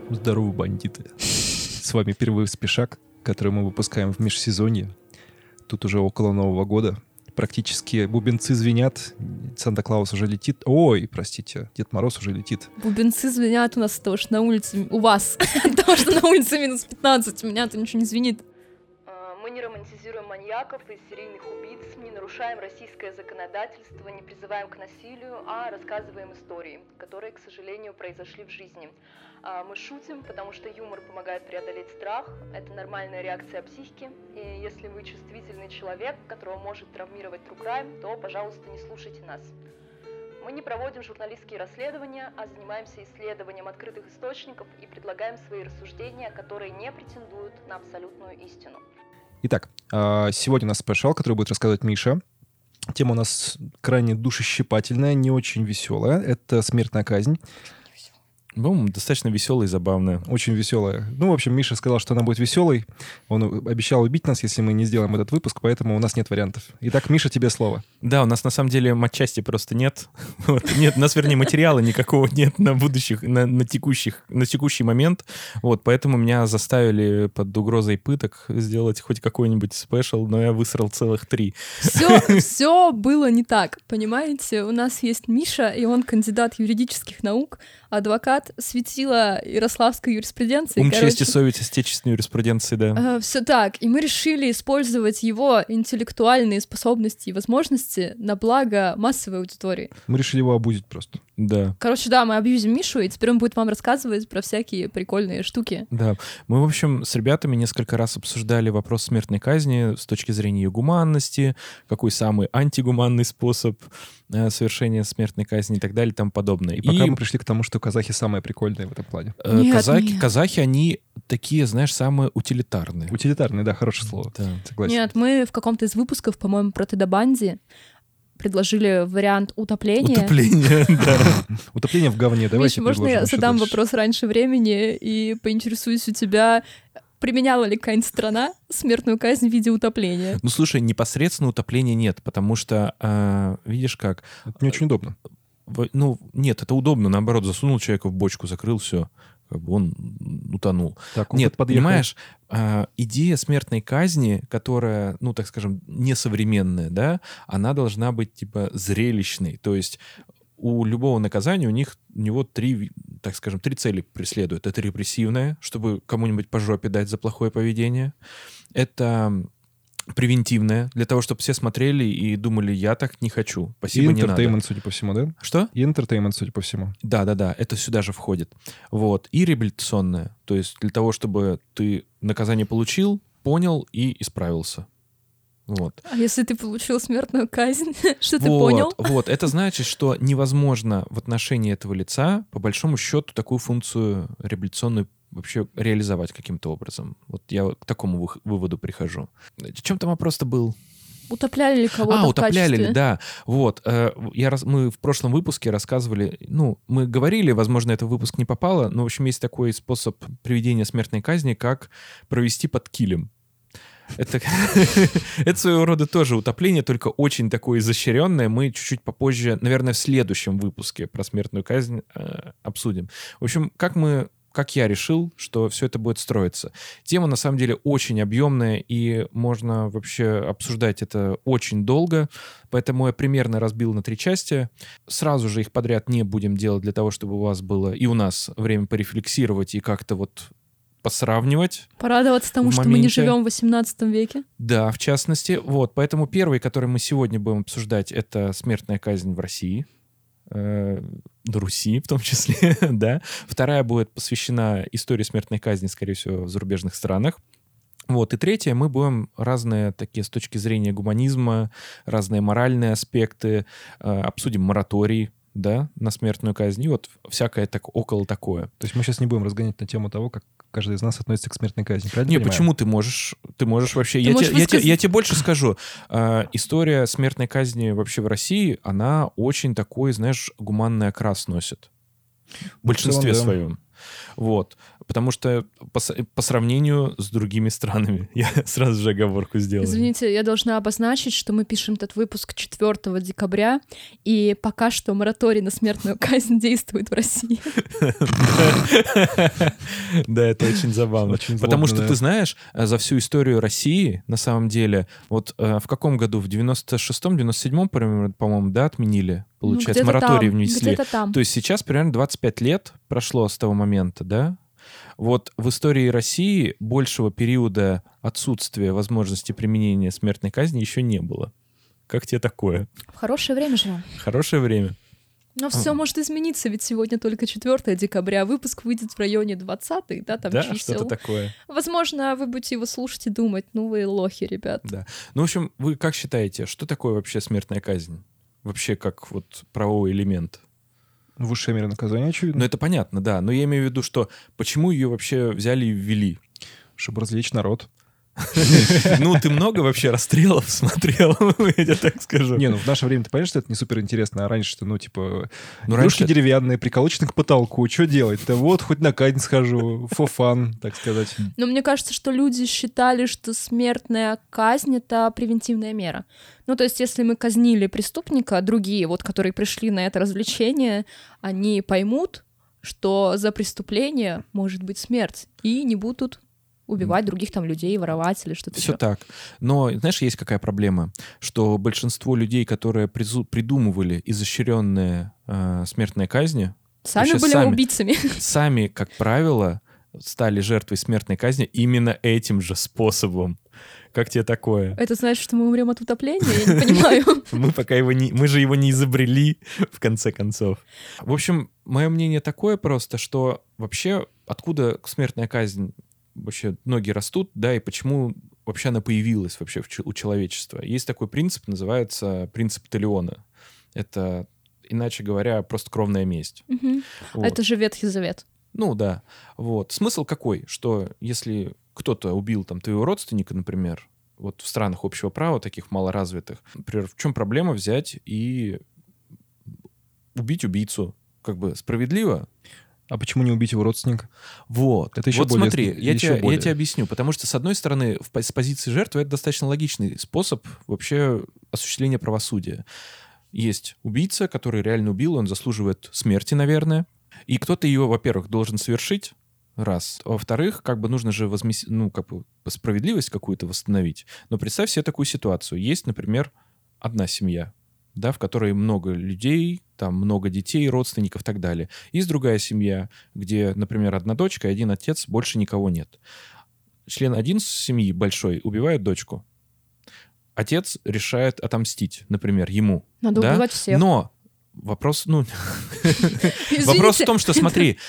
Здорово, бандиты. С вами первый спешак, который мы выпускаем в межсезонье. Тут уже около Нового года. Практически бубенцы звенят, Санта-Клаус уже летит. Ой, простите, Дед Мороз уже летит. Бубенцы звенят у нас, потому что на улице... У вас. Потому что на улице минус 15. У меня-то ничего не звенит. Мы не романтизируем маньяков и серийных убийц, не нарушаем российское законодательство, не призываем к насилию, а рассказываем истории, которые, к сожалению, произошли в жизни. Мы шутим, потому что юмор помогает преодолеть страх, это нормальная реакция психики, и если вы чувствительный человек, которого может травмировать true crime, то, пожалуйста, не слушайте нас. Мы не проводим журналистские расследования, а занимаемся исследованием открытых источников и предлагаем свои рассуждения, которые не претендуют на абсолютную истину. Итак, сегодня у нас спешал, который будет рассказывать Миша. Тема у нас крайне душещипательная, не очень веселая. Это смертная казнь. По-моему, достаточно веселая и забавная. Очень веселая. Ну, в общем, Миша сказал, что она будет веселой. Он обещал убить нас, если мы не сделаем этот выпуск, поэтому у нас нет вариантов. Итак, Миша, тебе слово. Да, у нас на самом деле матчасти просто нет. Нет, у нас, вернее, материала никакого нет на текущий момент. Вот, поэтому меня заставили под угрозой пыток сделать хоть какой-нибудь спешл, но я высрал целых 3. Все было не так, понимаете? У нас есть Миша, и он кандидат юридических наук, адвокат, светила ярославской юриспруденции. Ум, честь и совесть отечественной юриспруденции, да. Все так. И мы решили использовать его интеллектуальные способности и возможности на благо массовой аудитории. Мы решили его обузить просто. Да. Короче, да, мы абьюзим Мишу, и теперь он будет вам рассказывать про всякие прикольные штуки. Да. Мы, в общем, с ребятами несколько раз обсуждали вопрос смертной казни с точки зрения ее гуманности, какой самый антигуманный способ совершения смертной казни и так далее и тому подобное. И пока мы пришли к тому, что казахи самые прикольные в этом плане. Нет. Казахи, они такие, знаешь, самые утилитарные. Утилитарные, да, хорошее слово. Да. Согласен. Нет, мы в каком-то из выпусков, по-моему, про Теда Банди предложили вариант утопления. Утопление, да. Утопление в говне. Давайте Миша, можно я задам дальше. вопрос раньше времени и поинтересуюсь у тебя, применяла ли какая-нибудь страна смертную казнь в виде утопления? Ну, слушай, непосредственно утопления нет, потому что, видишь как... Это не очень удобно. Ну, нет, это удобно, наоборот, засунул человека в бочку, закрыл, все, как бы он утонул. Так, он нет, подъехал. понимаешь, идея смертной казни, которая, ну, так скажем, несовременная, да, она должна быть, типа, зрелищной, то есть у любого наказания у него три цели преследуют. Это репрессивное, чтобы кому-нибудь по жопе дать за плохое поведение. Это превентивное, для того, чтобы все смотрели и думали, я так не хочу, спасибо, не надо. И entertainment, судя по всему, да? Что? И entertainment, судя по всему. Да, это сюда же входит. Вот. И реабилитационное, то есть для того, чтобы ты наказание получил, понял и исправился. Вот. А если ты получил смертную казнь, что ты понял? Вот, это значит, что невозможно в отношении этого лица, по большому счету, такую функцию реабилитационную вообще реализовать каким-то образом. Вот я к такому выводу прихожу. В чем там вопрос-то был? Утопляли ли кого-то в утопляли качестве? ли, да. Вот. Мы в прошлом выпуске рассказывали, ну, мы говорили, возможно, это в выпуск не попало, но, в общем, есть такой способ приведения смертной казни, как провести под килем. Это своего рода тоже утопление, только очень такое изощренное. Мы чуть-чуть попозже, наверное, в следующем выпуске про смертную казнь обсудим. В общем, как я решил, что все это будет строиться. Тема, на самом деле, очень объемная, и можно вообще обсуждать это очень долго, поэтому я примерно разбил на 3 части. Сразу же их подряд не будем делать для того, чтобы у вас было и у нас время порефлексировать и как-то вот посравнивать. Порадоваться тому, что мы не живем в 18 веке. Да, в частности. Вот, поэтому первый, который мы сегодня будем обсуждать, это смертная казнь в России. На Руси в том числе, да. Вторая будет посвящена истории смертной казни, скорее всего, в зарубежных странах. Вот, и третья, мы будем разные такие с точки зрения гуманизма, разные моральные аспекты, обсудим мораторий, да, на смертную казнь, и вот всякое так, около такое. То есть мы сейчас не будем разгонять на тему того, как каждый из нас относится к смертной казни, правильно? Не, почему ты можешь вообще... Я тебе больше скажу. История смертной казни вообще в России, она очень такой, знаешь, гуманный окрас носит. В большинстве своем. Вот. Потому что по сравнению с другими странами, я сразу же оговорку сделаю. Извините, я должна обозначить, что мы пишем этот выпуск 4 декабря, и пока что мораторий на смертную казнь действует в России. Да, это очень забавно. Очень Потому злобно, что да. ты знаешь, за всю историю России, на самом деле, вот в каком году? В 96-м, 97-м, по-моему, да, отменили? Получается, Ну, где-то мораторий там, внесли. где-то там. То есть сейчас примерно 25 лет прошло с того момента, да? Вот в истории России большего периода отсутствия возможности применения смертной казни еще не было. Как тебе такое? В хорошее время живем. Хорошее время. Но все может измениться, ведь сегодня только 4 декабря, выпуск выйдет в районе 20-й, да, там Да, чисел. что-то такое. Возможно, вы будете его слушать и думать, ну вы лохи, ребят. Да. Ну, в общем, вы как считаете, что такое вообще смертная казнь? Вообще как вот правовой элемент? Высшая мера наказания, очевидно. Ну, это понятно, да. Но я имею в виду, что почему ее вообще взяли и ввели? Чтобы развлечь народ. Ну, ты много вообще расстрелов смотрел, я тебе так скажу. Не, ну в наше время ты понимаешь, что это не супер интересно, а раньше-то, ну, типа, Ну, игрушки раньше- деревянные, приколочены к потолку, что делать-то? Вот, хоть на казнь схожу, for fun, так сказать. Но мне кажется, что люди считали, что смертная казнь — это превентивная мера. Ну, то есть, если мы казнили преступника, другие, вот, которые пришли на это развлечение, они поймут, что за преступление может быть смерть, и не будут убивать других там людей, воровать или что-то Все еще. так. Но, знаешь, есть какая проблема? Что большинство людей, которые придумывали изощренные смертные казни, Сами вообще были сами. убийцами. сами, как правило, стали жертвой смертной казни именно этим же способом. Как тебе такое? Это значит, что мы умрем от утопления? Я не понимаю. Мы же его не изобрели, в конце концов. В общем, мое мнение такое просто, что вообще откуда смертная казнь вообще ноги растут, да, и почему вообще она появилась вообще у человечества. Есть такой принцип, называется принцип Талиона. Это, иначе говоря, просто кровная месть. Мгм. Вот. А это же Ветхий Завет. Ну да. Вот. Смысл какой? Что если кто-то убил там твоего родственника, например, вот в странах общего права, таких малоразвитых, например, в чем проблема взять и убить убийцу? Как бы справедливо? А почему не убить его родственника? Вот. Это еще вот более- смотри, я еще более. тебе объясню. Потому что, с одной стороны, с позиции жертвы это достаточно логичный способ вообще осуществления правосудия. Есть убийца, который реально убил, он заслуживает смерти, наверное. И кто-то ее, во-первых, должен совершить, раз. А во-вторых, как бы нужно же справедливость какую-то восстановить. Но представь себе такую ситуацию. Есть, например, одна семья, да, в которой много людей, там много детей, родственников и так далее. Есть другая семья, где, например, одна дочка и один отец, больше никого нет. Член один семьи большой убивает дочку. Отец решает отомстить, например, ему. Надо да? убивать всех. Но вопрос, вопрос в Извините. том, что, смотри,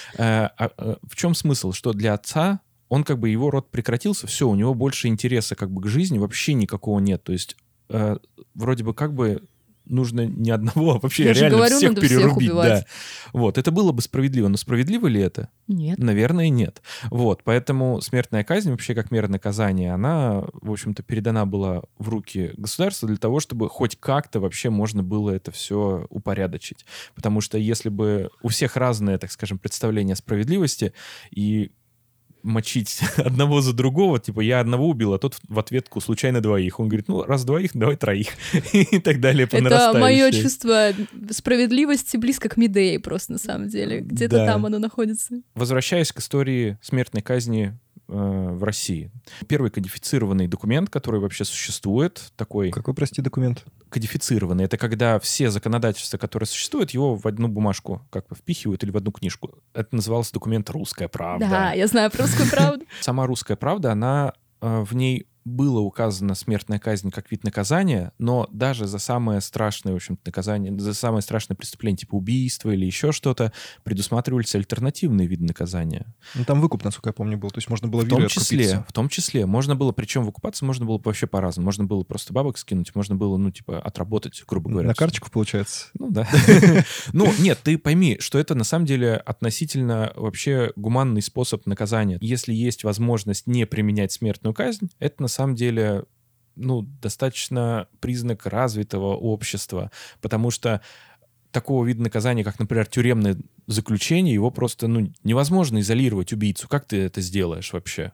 в чем смысл? Что для отца он как бы, его род прекратился, все, у него больше интереса как бы к жизни вообще никакого нет. То есть вроде бы как бы нужно не одного, а вообще Я же реально говорю, всех надо всех перерубить. убивать. Да. Вот, это было бы справедливо. Но справедливо ли это? Нет. Наверное, нет. Вот, поэтому смертная казнь вообще как мера наказания, она, в общем-то, передана была в руки государства для того, чтобы хоть как-то вообще можно было это все упорядочить. Потому что если бы у всех разное, так скажем, представление о справедливости, и мочить одного за другого, типа я одного убил, а тот в ответку случайно двоих. Он говорит, ну, раз двоих, давай троих. И так далее по Это нарастающей. мое чувство справедливости близко к Медее просто, на самом деле. Где-то Да. там оно находится. Возвращаясь к истории смертной казни в России. Первый кодифицированный документ, который вообще существует, такой Какой, прости, документ? кодифицированный, это когда все законодательства, которые существуют, его в одну бумажку как бы впихивают или в одну книжку. Это назывался документ «Русская правда». Да, я знаю про русскую правду. Сама «Русская правда», она в ней было указана смертная казнь как вид наказания, но даже за самое страшное, в общем-то, наказание, за самое страшное преступление, типа убийства или еще что-то, предусматривались альтернативные виды наказания. Ну, там выкуп, насколько я помню, был. То есть можно было В том вирой числе, откупиться. в том числе. Можно было, причем выкупаться можно было вообще по-разному. Можно было просто бабок скинуть, можно было, ну, типа, отработать, грубо говоря. На карточку, получается. Ну, да. Ну, нет, ты пойми, что это на самом деле относительно вообще гуманный способ наказания. Если есть возможность не применять смертную казнь, это на самом деле, ну, достаточно признак развитого общества, потому что такого вида наказания, как, например, тюремное заключение, его просто, невозможно изолировать убийцу. Как ты это сделаешь вообще?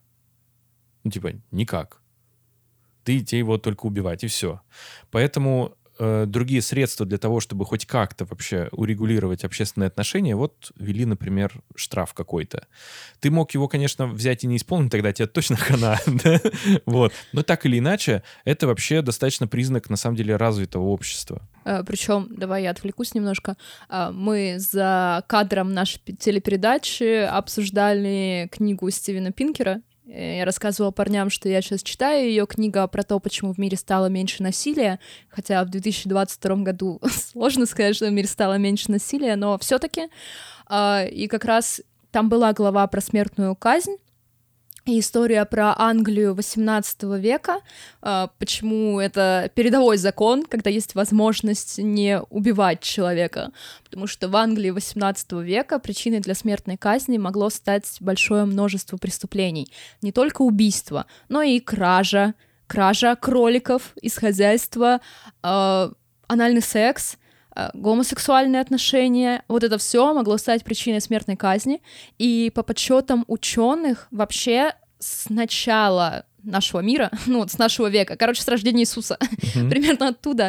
Никак. Тебе его только убивать, и все. Поэтому другие средства для того, чтобы хоть как-то вообще урегулировать общественные отношения, ввели, например, штраф какой-то. Ты мог его, конечно, взять и не исполнить, тогда тебе точно хана. Но так или иначе, это вообще достаточно признак, на самом деле, развитого общества. Причем, давай я отвлекусь немножко, мы за кадром нашей телепередачи обсуждали книгу Стивена Пинкера. Я рассказывала парням, что я сейчас читаю ее, книга про то, почему в мире стало меньше насилия, хотя в 2022 году сложно сказать, что в мире стало меньше насилия, но все-таки. И как раз там была глава про смертную казнь, и история про Англию XVIII века, почему это передовой закон, когда есть возможность не убивать человека, потому что в Англии XVIII века причиной для смертной казни могло стать большое множество преступлений, не только убийство, но и кража кроликов из хозяйства, анальный секс, гомосексуальные отношения, это все могло стать причиной смертной казни, и по подсчетам ученых вообще с начала нашего мира, с нашего века, с рождения Иисуса, примерно оттуда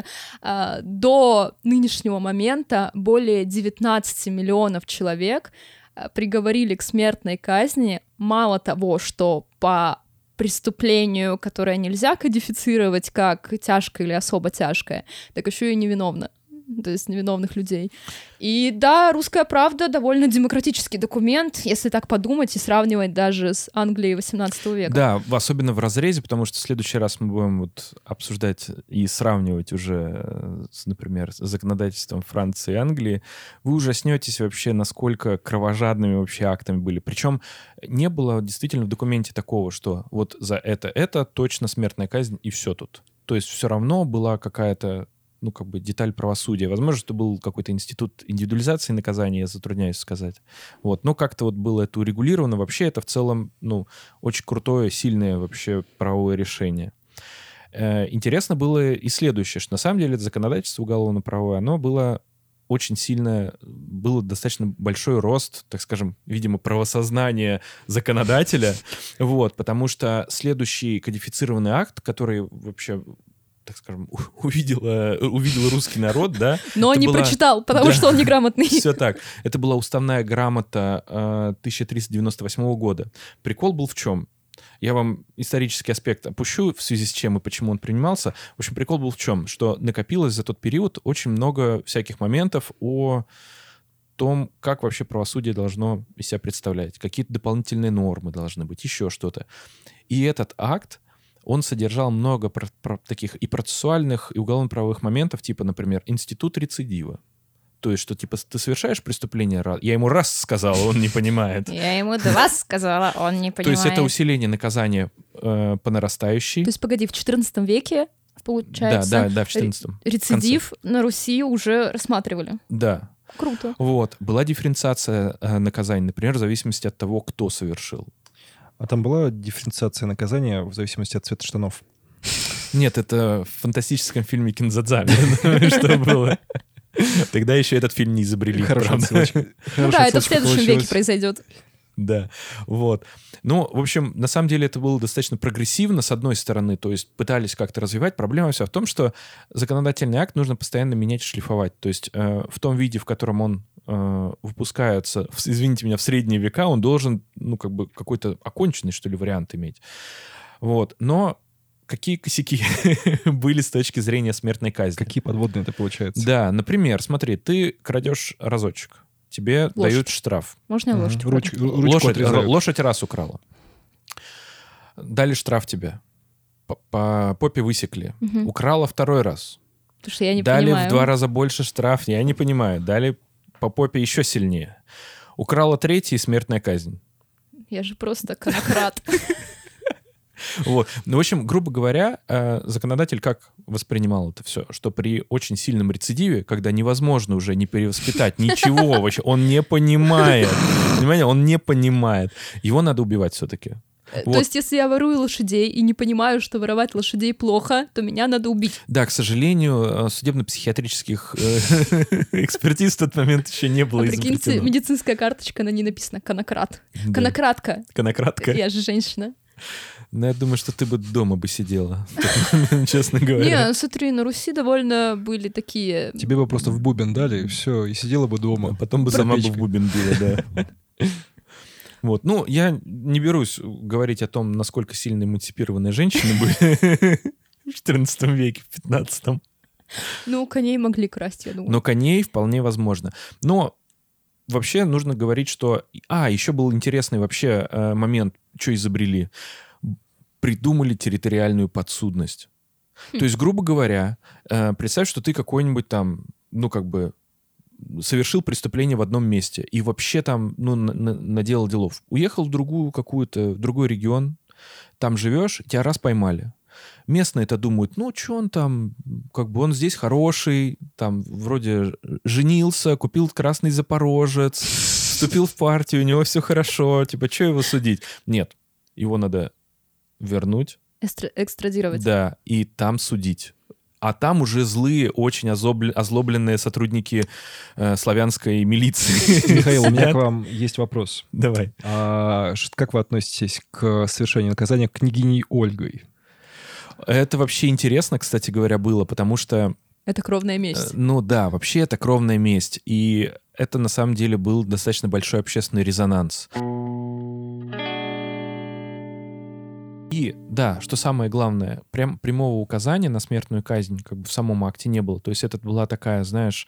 до нынешнего момента более 19 миллионов человек приговорили к смертной казни, мало того, что по преступлению, которое нельзя кодифицировать как тяжкое или особо тяжкое, так еще и невиновно. То есть невиновных людей. И да, «Русская правда» довольно демократический документ, если так подумать и сравнивать даже с Англией XVIII века. Да, особенно в разрезе, потому что в следующий раз мы будем обсуждать и сравнивать уже, например, с законодательством Франции и Англии. Вы ужаснетесь вообще, насколько кровожадными вообще актами были. Причем не было действительно в документе такого, что за это точно смертная казнь и все тут. То есть все равно была какая-то деталь правосудия. Возможно, что был какой-то институт индивидуализации наказания, я затрудняюсь сказать. Но как-то было это урегулировано. Вообще это в целом, очень крутое, сильное вообще правовое решение. Интересно было и следующее, что на самом деле это законодательство уголовно-правовое, оно было очень сильное, был достаточно большой рост, так скажем, видимо, правосознания законодателя, потому что следующий кодифицированный акт, который вообще, так скажем, увидел русский народ, да. Но не прочитал, потому что он неграмотный. Все так. Это была уставная грамота 1398 года. Прикол был в чем? Я вам исторический аспект опущу, в связи с чем и почему он принимался. В общем, прикол был в чем? Что накопилось за тот период очень много всяких моментов о том, как вообще правосудие должно из себя представлять. Какие-то дополнительные нормы должны быть, еще что-то. И этот акт, он содержал много таких и процессуальных, и уголовно-правовых моментов, типа, например, институт рецидива. То есть, что, типа, ты совершаешь преступление, я ему раз сказала, он не понимает. Я ему два сказала, он не понимает. То есть, это усиление наказания по нарастающей. То есть, погоди, в XIV веке, получается, да, в XIV. Рецидив на Руси уже рассматривали. Да. Круто. Была дифференциация наказаний, например, в зависимости от того, кто совершил. А там была дифференциация наказания в зависимости от цвета штанов? Нет, это в фантастическом фильме «Киндзадзами», что было. Тогда еще этот фильм не изобрели. Хорошо. Да, это в следующем веке произойдет. Да, в общем, на самом деле это было достаточно прогрессивно, с одной стороны, то есть пытались как-то развивать. Проблема вся в том, что законодательный акт нужно постоянно менять и шлифовать. То есть в том виде, в котором он выпускается, извините меня, в средние века, он должен, какой-то оконченный, что ли, вариант иметь. Но какие косяки были с точки зрения смертной казни? Какие подводные это получается? Да, например, смотри, ты крадешь разочек, тебе дают штраф. Можно я лошадь? Лошадь раз украла. Дали штраф тебе. По попе высекли. Украла второй раз. Потому что я не Дали понимаю. в 2 раза больше штраф, я не понимаю. Дали по попе еще сильнее. Украла третий, смертная казнь. Я же просто конократ. В общем, грубо говоря, законодатель как воспринимал это все? Что при очень сильном рецидиве, когда невозможно уже не перевоспитать ничего вообще, он не понимает. Понимаете, он не понимает. Его надо убивать все-таки. То есть, если я ворую лошадей и не понимаю, что воровать лошадей плохо, то меня надо убить. Да, к сожалению, судебно-психиатрических экспертиз в тот момент еще не было Прикиньте, изобретено. медицинская карточка, на ней написано «конократ». Да. Конократка. Конократка. Я же женщина. Ну, я думаю, что ты бы дома бы сидела, честно говоря. Не, смотри, на Руси довольно были такие... Тебе бы просто в бубен дали, и все, и сидела бы дома. А потом бы за сама бы печкой. в бубен била, да. Вот. Ну, я не берусь говорить о том, насколько сильно эмансипированные женщины были в 14 веке, в 15. Ну, коней могли красть, я думаю. Но коней вполне возможно. Но вообще нужно говорить, что... еще был интересный вообще момент, что изобрели. Придумали территориальную подсудность. То есть, грубо говоря, представь, что ты какой-нибудь там, совершил преступление в одном месте и вообще там, наделал делов. Уехал в другой регион, там живешь, тебя раз поймали. Местные-то думают, что он там, он здесь хороший, там вроде женился, купил красный Запорожец, вступил в партию, у него все хорошо, что его судить? Нет, его надо вернуть. Экстрадировать. Да, и там судить. А там уже злые, очень озлобленные сотрудники славянской милиции. Михаил, у меня к вам есть вопрос. Давай. Как вы относитесь к совершению наказания княгиней Ольгой? Это вообще интересно, кстати говоря, было, потому что... Это кровная месть. Вообще это кровная месть. И это на самом деле был достаточно большой общественный резонанс. И, да, что самое главное, прямого указания на смертную казнь в самом акте не было. То есть это была такая, знаешь,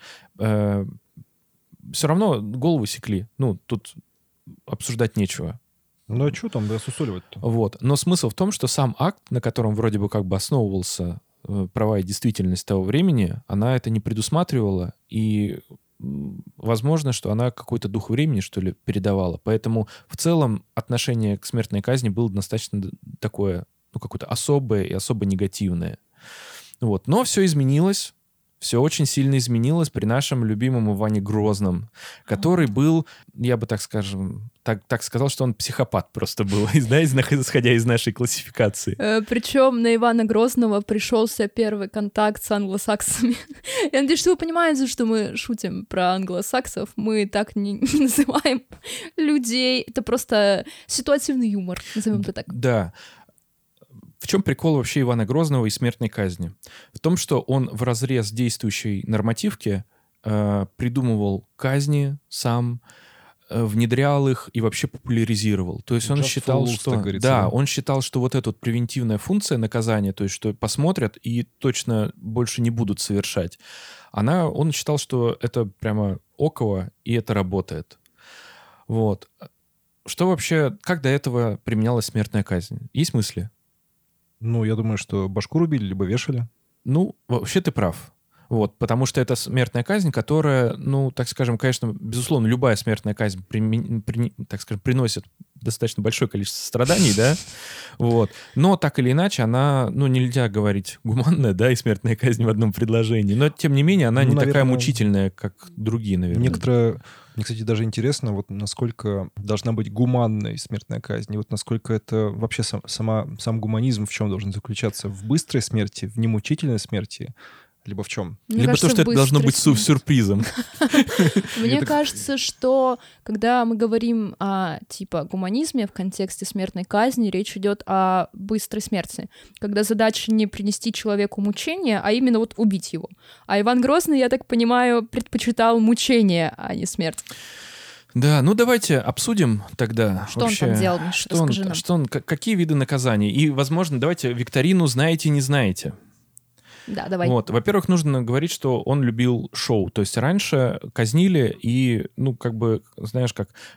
все равно голову секли. Тут обсуждать нечего. Ну а что там рассусоливать-то? Вот. Но смысл в том, что сам акт, на котором вроде бы основывался права и действительность того времени, она это не предусматривала, и возможно, что она какой-то дух времени, что ли, передавала. Поэтому в целом отношение к смертной казни было достаточно такое, какое-то особое и особо негативное. Вот. Но все изменилось. Все очень сильно изменилось при нашем любимом Иване Грозном, который был, я бы так сказал, что он психопат просто был, исходя из нашей классификации. Причем на Ивана Грозного пришелся первый контакт с англосаксами. Я надеюсь, что вы понимаете, что мы шутим про англосаксов. Мы так не называем людей. Это просто ситуативный юмор, назовем это так. Да. В чем прикол вообще Ивана Грозного и смертной казни? В том, что он вразрез действующей нормативки придумывал казни сам, внедрял их и вообще популяризировал. То есть он считал, он считал, что вот эта вот превентивная функция наказания, то есть что посмотрят и точно больше не будут совершать, он считал, что это прямо оково, и это работает. Вот. Что вообще, как до этого применялась смертная казнь? Есть мысли? Я думаю, что башку рубили, либо вешали. Вообще ты прав. Вот, потому что это смертная казнь, которая, так скажем, конечно, безусловно, любая смертная казнь, так скажем, приносит достаточно большое количество страданий, да, вот. Но так или иначе она, нельзя говорить гуманная, да, и смертная казнь в одном предложении, но тем не менее она не такая мучительная, как другие, наверное. Мне, кстати, даже интересно, насколько должна быть гуманной смертная казнь, и насколько это вообще сам гуманизм в чем должен заключаться? В быстрой смерти, в немучительной смерти, либо в чем? Либо то, что это должно быть сюрпризом. Мне кажется, что когда мы говорим о гуманизме в контексте смертной казни, речь идет о быстрой смерти. Когда задача не принести человеку мучения, а именно убить его. А Иван Грозный, я так понимаю, предпочитал мучение, а не смерть. Да, давайте обсудим тогда. Что вообще, он там делал, Миша, расскажи нам. Какие виды наказаний? И, возможно, давайте викторину «Знаете, не знаете». Да, давай. Вот. Во-первых, нужно говорить, что он любил шоу. То есть раньше казнили и, знаешь,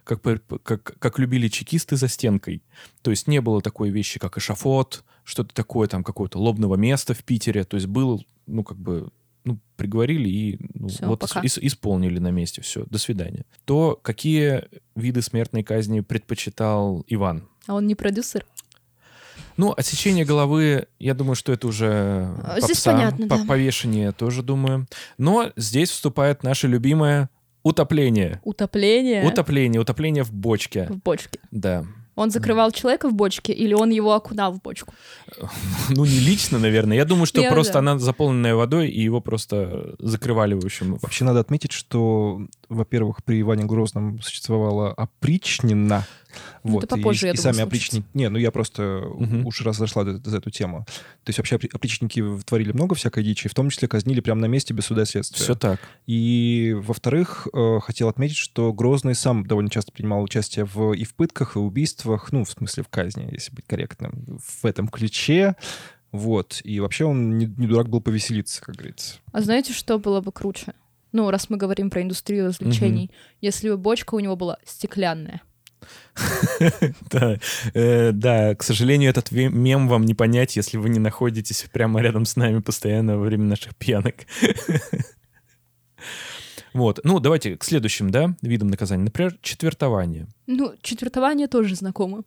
как любили чекисты за стенкой. То есть не было такой вещи, как эшафот, что-то такое, там, какого-то лобного места в Питере. То есть было, приговорили и исполнили на месте. Все, до свидания. То какие виды смертной казни предпочитал Иван? А он не продюсер? Отсечение головы, я думаю, что это уже здесь понятно, да. Повешение тоже, думаю. Но здесь вступает наше любимое утопление. Утопление? Утопление в бочке. В бочке. Да. Он закрывал человека в бочке или он его окунал в бочку? Ну, не лично, наверное. Я думаю, что Я, просто да. она заполненная водой, и его просто закрывали, в общем. Вообще надо отметить, что, во-первых, при Иване Грозном существовала опричнина. Ну, это попозже, я и думаю, сами случится. опричники... Не, ну я просто Мгм. уж раз зашла за эту тему. То есть вообще опричники творили много всякой дичи, в том числе казнили прямо на месте без суда и следствия. Все так. И, во-вторых, хотел отметить, что Грозный сам довольно часто принимал участие и в пытках, и убийствах, ну, в смысле, в казни, если быть корректным, в этом ключе. Вот. И вообще он не дурак был повеселиться, как говорится. А знаете, что было бы круче? Ну, раз мы говорим про индустрию развлечений, если бы бочка у него была стеклянная. Да, к сожалению, этот мем вам не понять, если вы не находитесь прямо рядом с нами постоянно во время наших пьянок. Вот. Ну, давайте к следующим, да, видам наказания. Например, четвертование. Ну, четвертование тоже знакомо.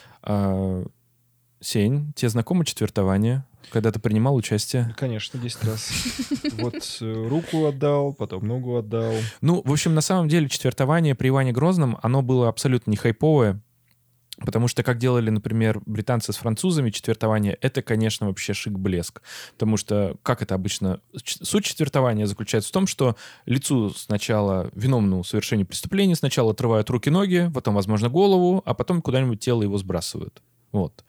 Сень, тебе знакомо четвертование? Когда ты принимал участие? Конечно, 10 раз. Вот руку отдал, потом ногу отдал. Ну, в общем, на самом деле четвертование при Иване Грозном, оно было абсолютно не хайповое, потому что, как делали, например, британцы с французами четвертование, это, конечно, вообще шик-блеск. Потому что, как это обычно... Суть четвертования заключается в том, что лицу сначала, виновному в совершении преступления, сначала отрывают руки-ноги, потом, возможно, голову, а потом куда-нибудь тело его сбрасывают. Вот.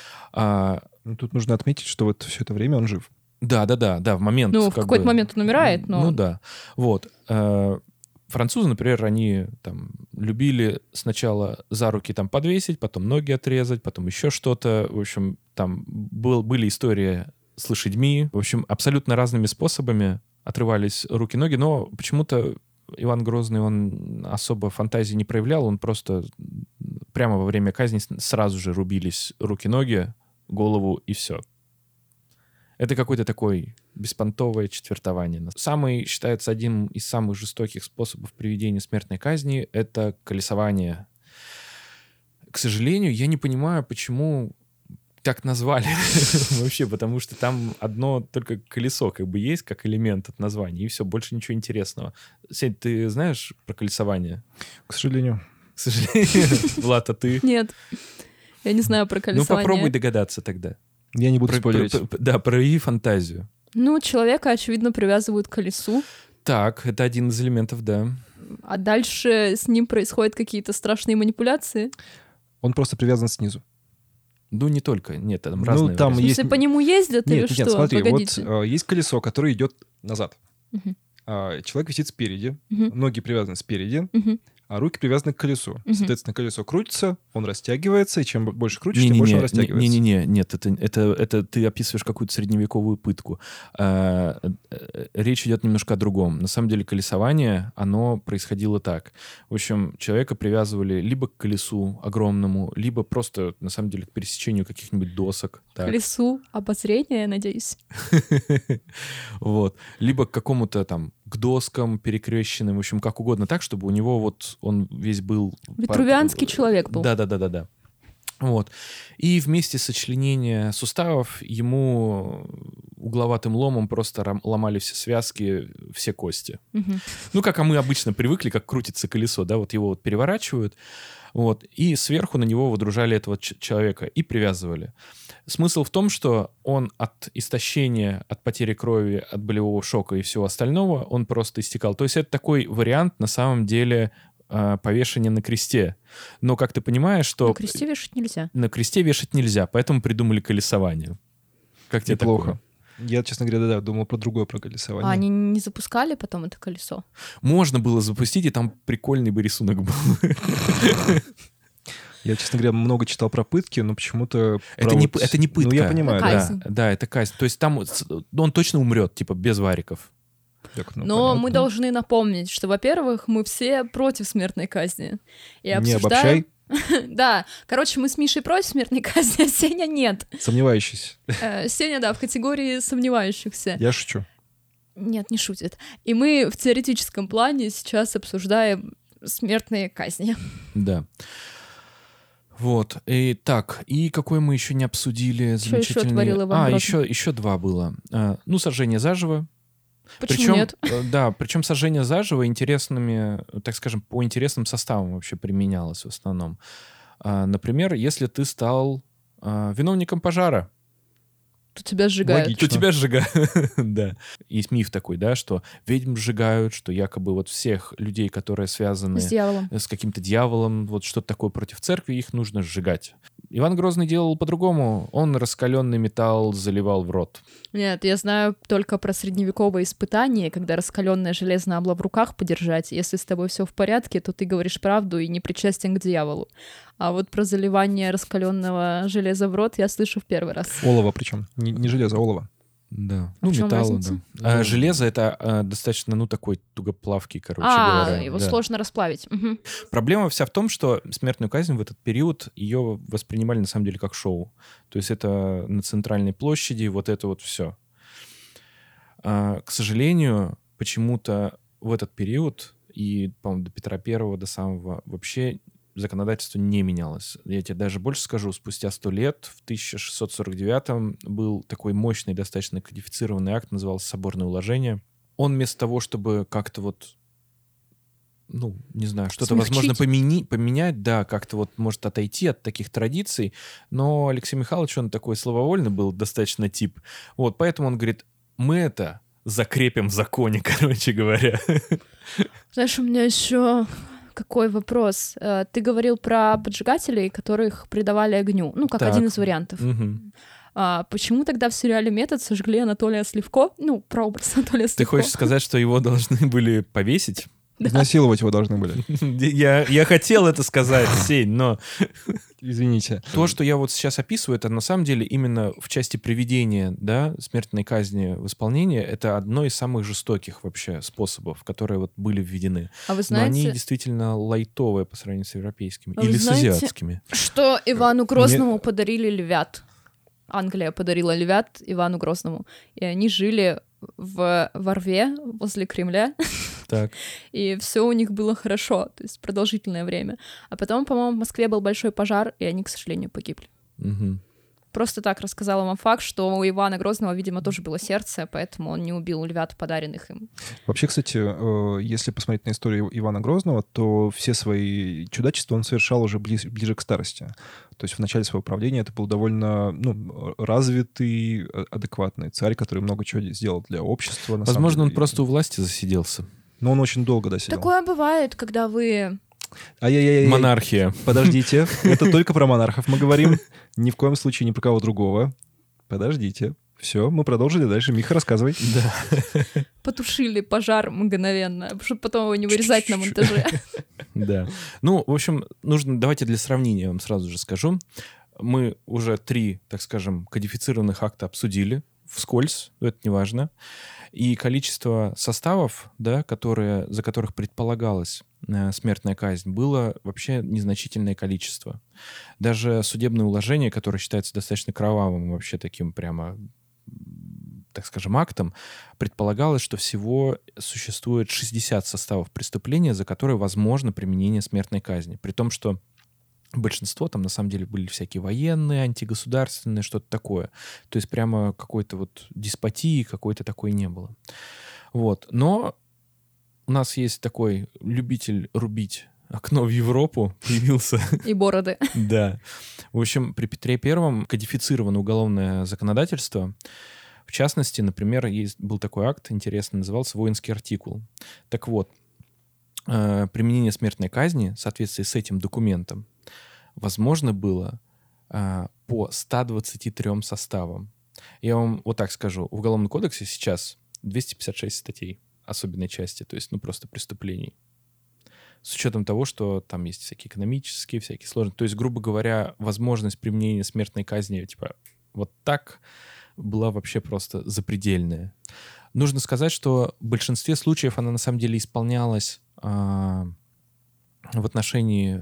Ну, тут нужно отметить, что вот все это время он жив. Да, в момент... Ну, в как какой-то бы, момент он умирает, но... Ну да, вот. Французы, например, они там любили сначала за руки там подвесить, потом ноги отрезать, потом еще что-то. В общем, там были истории с лошадьми. В общем, абсолютно разными способами отрывались руки-ноги, но почему-то Иван Грозный, он особо фантазии не проявлял, он просто прямо во время казни сразу же рубились руки-ноги, голову и все. Это какое-то такое беспонтовое четвертование. Самый, считается, один из самых жестоких способов приведения смертной казни — это колесование. К сожалению, я не понимаю, почему так назвали вообще, потому что там одно только колесо как бы есть, как элемент от названия, и все, больше ничего интересного. Сень, ты знаешь про колесование? К сожалению. К сожалению. Влад, а ты? Нет, я не знаю про Ну, колесование. попробуй догадаться тогда. Я не буду спойлерить. Да, прояви фантазию. Ну, человека, очевидно, привязывают к колесу, Так, это один из элементов, да. а дальше с ним происходят какие-то страшные манипуляции. Он просто привязан снизу. Ну, не только. Нет, там Ну, разные там В варианты. смысле, по нему ездят или Нет, что? смотри, Погодите. вот есть колесо, которое идет назад. Мгм. Человек висит спереди, Мгм. ноги привязаны спереди, Мгм. а руки привязаны к колесу. Мгм. Соответственно, колесо крутится, он растягивается, и чем больше крутишь, тем больше он растягивается. Не-не-не, нет, это ты описываешь какую-то средневековую пытку. Речь идет немножко о другом. На самом деле колесование, оно происходило так. В общем, человека привязывали либо к колесу огромному, либо просто, на самом деле, к пересечению каких-нибудь досок. К Так. колесу обозрения, я надеюсь. Вот. Либо к какому-то там, к доскам перекрещенным, в общем, как угодно так, чтобы у него вот он весь был... Витрувианский человек был. Да. Вот. И вместе сочленения суставов ему угловатым ломом просто ломали все связки, все кости. Мгм. Ну, как мы обычно привыкли, как крутится колесо, да, вот его вот переворачивают, вот, и сверху на него водружали этого человека и привязывали. Смысл в том, что он от истощения, от потери крови, от болевого шока и всего остального, он просто истекал. То есть это такой вариант, на самом деле, повешения на кресте. Но, как ты понимаешь, что... На кресте вешать нельзя. На кресте вешать нельзя, поэтому придумали колесование. Как тебе Неплохо. такое? Я, честно говоря, да, думал про другое, про колесование. А они не запускали потом это колесо? Можно было запустить, и там прикольный бы рисунок был. Я, честно говоря, много читал про пытки, но почему-то... Это не пытка. Ну, я понимаю, Это да. казнь. Да, это казнь. То есть там он точно умрет, типа, без вариков. Так, ну, Но понятно. мы должны напомнить, что, во-первых, мы все против смертной казни. И Не обсуждаем... обобщай, Да, короче, мы с Мишей против смертной казни, а Сеня нет. сомневающийся. Сеня, да, в категории сомневающихся. Я шучу. Нет, не шутит. И мы в теоретическом плане сейчас обсуждаем смертные казни. Да. Вот. И так, и какой мы еще не обсудили Что еще замечательный... творил Иван Грозный? еще два было. Ну, сожжение заживо. Почему нет? Да, причем сожжение заживо интересными, так скажем, по интересным составам вообще применялось в основном. Например, если ты стал виновником пожара, То тебя сжигают. Логично. то тебя сжигают. Да. Есть миф такой, да, что ведьм сжигают, что якобы вот всех людей, которые связаны С дьяволом. с каким-то дьяволом, вот что-то такое против церкви, их нужно сжигать. Иван Грозный делал по-другому. Он раскаленный металл заливал в рот. Нет, я знаю только про средневековые испытания, когда раскаленное железо надо было в руках подержать. Если с тобой все в порядке, то ты говоришь правду и не причастен к дьяволу. А вот про заливание раскаленного железа в рот я слышу в первый раз. Олово причем. Не железо, а олово. Да. А в чём металл, разница? да. Железо — это достаточно, такой тугоплавкий, короче говоря. Его Да. сложно расплавить. Мгм. Проблема вся в том, что смертную казнь в этот период ее воспринимали на самом деле как шоу. То есть это на центральной площади, вот это вот все. К сожалению, почему-то в этот период и, по-моему, до Петра Первого, до самого, вообще законодательство не менялось. Я тебе даже больше скажу, спустя 100 лет, в 1649 был такой мощный, достаточно кодифицированный акт, назывался «Соборное уложение». Он вместо того, чтобы как-то вот, ну, не знаю, что-то, возможно, поменять, да, как-то вот, может, отойти от таких традиций, но Алексей Михайлович, он такой слововольный был, достаточно тип. Вот, поэтому он говорит, мы это закрепим в законе, короче говоря. Знаешь, у меня еще какой вопрос. Ты говорил про поджигателей, которых предавали огню. Ну, как Так. один из вариантов. Мгм. Почему тогда в сериале «Метод» сожгли Анатолия Сливко? Ну, прообраз Анатолия Сливко. Ты хочешь сказать, что его должны были повесить? Изнасиловать его должны были. Я хотел это сказать, Сень, но Извините. то, что я вот сейчас описываю, это на самом деле именно в части приведения, да, смертной казни в исполнение, это одно из самых жестоких вообще способов, которые вот были введены. А вы Но они знаете, действительно лайтовые по сравнению с европейскими. А вы Или с знаете- азиатскими. что Ивану Грозному подарили львят? Англия подарила львят Ивану Грозному. И они жили во рве возле Кремля, Так. и все у них было хорошо, то есть продолжительное время. А потом, по-моему, в Москве был большой пожар, и они, к сожалению, погибли. Мгм. Просто так рассказала вам факт, что у Ивана Грозного, видимо, тоже было сердце, поэтому он не убил львят, подаренных им. Вообще, кстати, если посмотреть на историю Ивана Грозного, то все свои чудачества он совершал уже ближе к старости. То есть в начале своего правления это был довольно развитый, адекватный царь, который много чего сделал для общества. на самом Возможно, он деле. просто у власти засиделся. Но он очень долго, да, сидел. Такое бывает, когда вы... Ай-яй-яй. Монархия. Подождите, это только про монархов мы говорим. Ни в коем случае ни про кого другого. Подождите. Все, мы продолжили дальше. Миха, рассказывай. Да. потушили пожар мгновенно, чтобы потом его не вырезать на монтаже. Да. Ну, в общем, давайте для сравнения я вам сразу же скажу. Мы уже 3, так скажем, кодифицированных акта обсудили вскользь, это не важно. И количество составов, да, за которых предполагалась смертная казнь, было вообще незначительное количество. Даже судебное уложение, которое считается достаточно кровавым, вообще таким прямо, так скажем, актом, предполагалось, что всего существует 60 составов преступления, за которые возможно применение смертной казни. При том, что большинство там на самом деле были всякие военные, антигосударственные, что-то такое. То есть прямо какой-то вот деспотии какой-то такой не было. Вот. Но у нас есть такой любитель рубить окно в Европу, появился. И бороды. Да. В общем, при Петре Первом кодифицировано уголовное законодательство. В частности, например, был такой акт, интересный, назывался «Воинский артикул». Так вот, применение смертной казни в соответствии с этим документом возможно было по 123 составам. Я вам вот так скажу. В Уголовном кодексе сейчас 256 статей особенной части, то есть, просто преступлений. С учетом того, что там есть всякие экономические, всякие сложности. То есть, грубо говоря, возможность применения смертной казни, типа, вот так была вообще просто запредельная. Нужно сказать, что в большинстве случаев она на самом деле исполнялась в отношении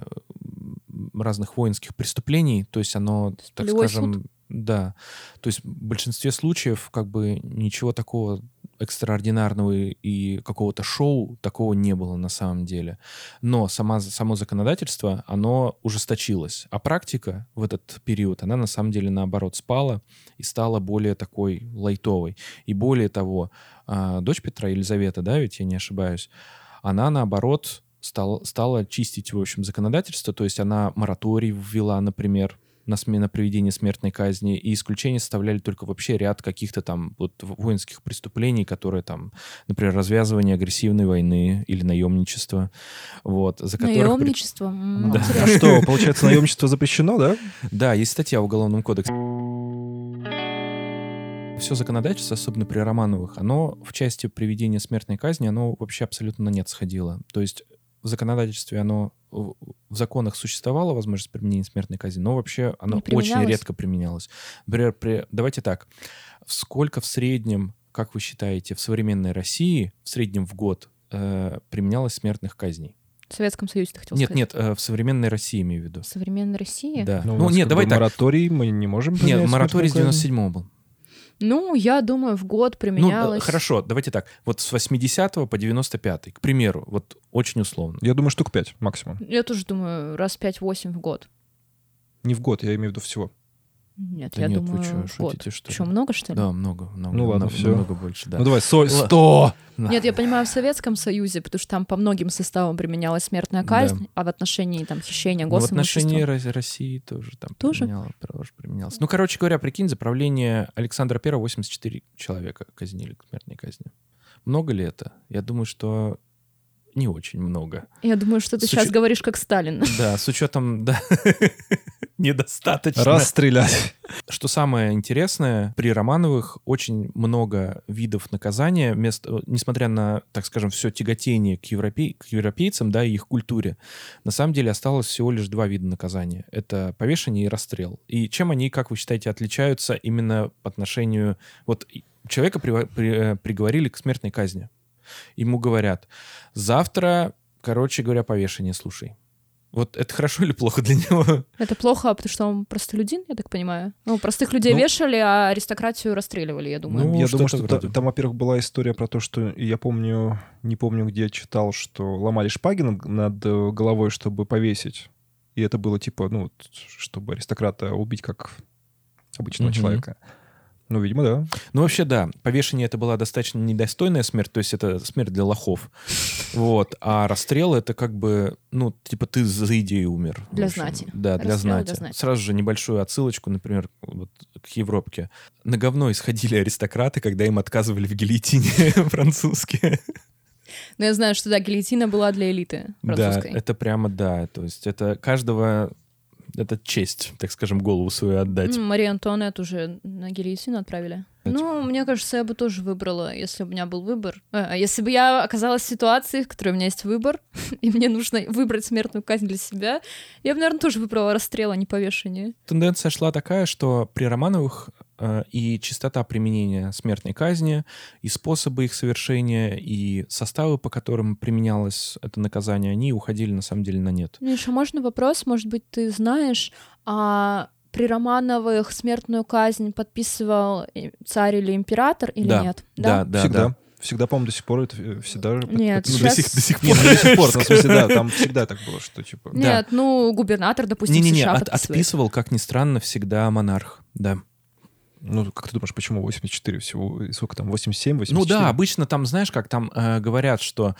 разных воинских преступлений, то есть оно, так полевой скажем, суд? да, то есть в большинстве случаев как бы ничего такого экстраординарного и какого-то шоу такого не было на самом деле. Но само законодательство, оно ужесточилось. А практика в этот период, она на самом деле наоборот спала и стала более такой лайтовой. И более того, дочь Петра, Елизавета, да, ведь я не ошибаюсь, она наоборот стала чистить, в общем, законодательство. То есть она мораторий ввела, например, на проведение смертной казни, и исключения составляли только вообще ряд каких-то там вот воинских преступлений, которые там, например, развязывание агрессивной войны или наемничество. Вот, за которых... Наемничество? Да. А что, получается, наемничество запрещено, да? Да, есть статья в Уголовном кодексе. Все законодательство, особенно при Романовых, оно в части приведения смертной казни, оно вообще абсолютно на нет сходило. То есть в законодательстве оно, в законах существовала возможность применения смертной казни, но вообще оно очень редко применялось. Например, давайте так, сколько в среднем, как вы считаете, в современной России в среднем в год применялось смертных казней? В Советском Союзе, ты хотел сказать? Нет, в современной России имею в виду. В современной России? Да. Ну, нет, давай так. Мораторий мы не можем применять. Нет, мораторий с 97-го был. Ну, я думаю, в год применялось... Ну, хорошо, давайте так. Вот с 80 по 95, к примеру, вот очень условно. Я думаю, штук 5 максимум. Я тоже думаю, раз 5-8 в год. Не в год, я имею в виду всего. Нет, Да я нет, думаю, вы что, в год. шутите, что ли? Что, много, что ли? Да, много. Ну ладно, все. Намного больше, да. Ну давай, 100! Нет, я понимаю, в Советском Союзе, потому что там по многим составам применялась смертная казнь, а в отношении там хищения Ну, в госимущества... отношении России тоже там Тоже? применялось. Ну, короче говоря, прикинь, за правление Александра I 84 человека казнили к смертной казни. Много ли это? Я думаю, что не очень много. Я думаю, что ты сейчас говоришь как Сталин. Да, с учетом, да, недостаточно. Расстрелять. Что самое интересное, при Романовых очень много видов наказания, несмотря на, так скажем, все тяготение к европейцам, да, и их культуре, на самом деле осталось всего лишь 2 вида наказания. Это повешение и расстрел. И чем они, как вы считаете, отличаются именно по отношению... Вот человека приговорили к смертной казни. Ему говорят, завтра, короче говоря, повешение, слушай. Вот это хорошо или плохо для него? Это плохо, потому что он простолюдин, я так понимаю. Ну, простых людей вешали, а аристократию расстреливали, я думаю. Ну, я думаю, что там, во-первых, была история про то, что я помню, не помню, где читал, что ломали шпаги над головой, чтобы повесить. И это было типа, ну, чтобы аристократа убить как обычного человека. Ну, видимо, да. Ну, вообще, да. Повешение — это была достаточно недостойная смерть, то есть это смерть для лохов. Вот. А расстрел — это как бы, ну, типа ты за идею умер. Для знати. Да, для знати. Сразу же небольшую отсылочку, например, вот, к Европке. На говно исходили аристократы, когда им отказывали в гильотине французские. Ну, я знаю, что, да, гильотина была для элиты французской. Да, это прямо, да. То есть это каждого... Это честь, так скажем, голову свою отдать. Марию Антуанетту уже на гильотину отправили. Ну, мне кажется, я бы тоже выбрала, если бы у меня был выбор. Если бы я оказалась в ситуации, в которой у меня есть выбор, и мне нужно выбрать смертную казнь для себя, я бы, наверное, тоже выбрала расстрел, а не повешение. Тенденция шла такая, что при Романовых и частота применения смертной казни, и способы их совершения, и составы, по которым применялось это наказание, они уходили, на самом деле, на нет. Миша, можно вопрос? Может быть, ты знаешь, при Романовых смертную казнь подписывал царь или император, или нет? Да. Всегда. Всегда, по-моему, до сих пор это всегда... Нет, ну, сейчас... до сих пор, до сих пор, в смысле, да, там всегда так было, что типа... Нет, ну, губернатор, допустим, США подписывает. Отписывал, как ни странно, всегда монарх, да. Ну, как ты думаешь, почему 84 всего? Сколько там, 87, 84? Ну да, обычно там, знаешь, как там говорят, что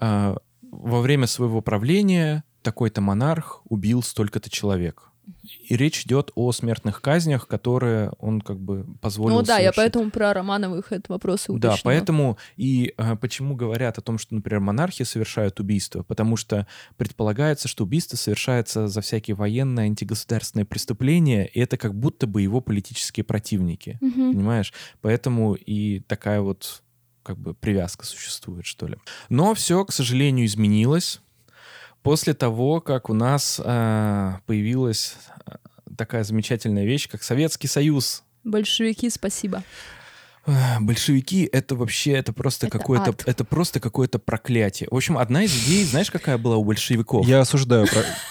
во время своего правления такой-то монарх убил столько-то человек. И речь идет о смертных казнях, которые он как бы позволил совершить. Я поэтому про Романовых этот вопрос и уточнила. Да, поэтому и почему говорят о том, что, например, монархи совершают убийства, потому что предполагается, что убийство совершается за всякие военные, антигосударственные преступления, и это как будто бы его политические противники, понимаешь? Поэтому и такая вот как бы привязка существует, что ли. Но все, к сожалению, изменилось. После того, как у нас появилась такая замечательная вещь, как Советский Союз. Большевики, спасибо. Большевики — это вообще, это просто какое-то проклятие. В общем, одна из идей, знаешь, какая была у большевиков? Я осуждаю.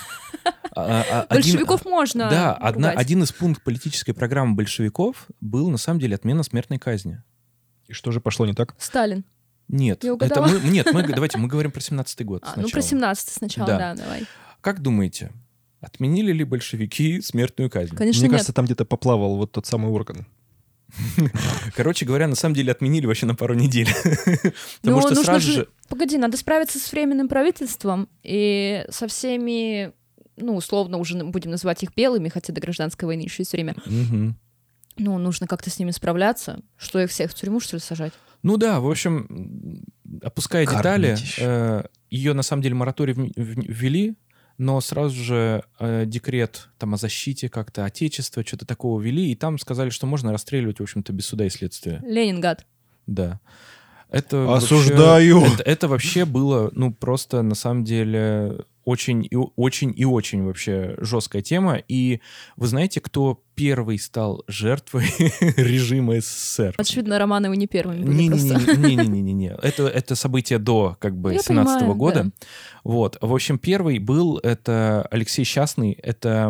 Большевиков можно. Да, один из пунктов политической программы большевиков был, на самом деле, отмена смертной казни. И что же пошло не так? Сталин. Нет, давайте мы говорим про 17-й год сначала. Ну, про 17-й сначала, да, давай. Как думаете, отменили ли большевики смертную казнь? Конечно, Мне кажется, там где-то поплавал вот тот самый орган. Короче говоря, на самом деле отменили вообще на пару недель. Ну, Потому что нужно сразу же... же... Погоди, надо справиться с временным правительством и со всеми, ну, условно уже будем называть их белыми, хотя до гражданской войны еще есть время. Мгм. Ну, нужно как-то с ними справляться. Что, их всех в тюрьму, что ли, сажать? Ну да, в общем, опуская детали, Кормить ее на самом деле мораторий ввели, но сразу же декрет там о защите как-то отечества, что-то такого ввели, и там сказали, что можно расстреливать, в общем-то, без суда и следствия. Ленинград. Да. Это Осуждаю! Вообще, это вообще было, ну, просто на самом деле очень и очень вообще жесткая тема. И вы знаете, кто первый стал жертвой режима СССР? Очевидно, Романовы не первыми были просто. Не-не-не. Это событие до как бы Я 17 понимаю, года. да. Вот. В общем, первый был это Алексей Счастный. Это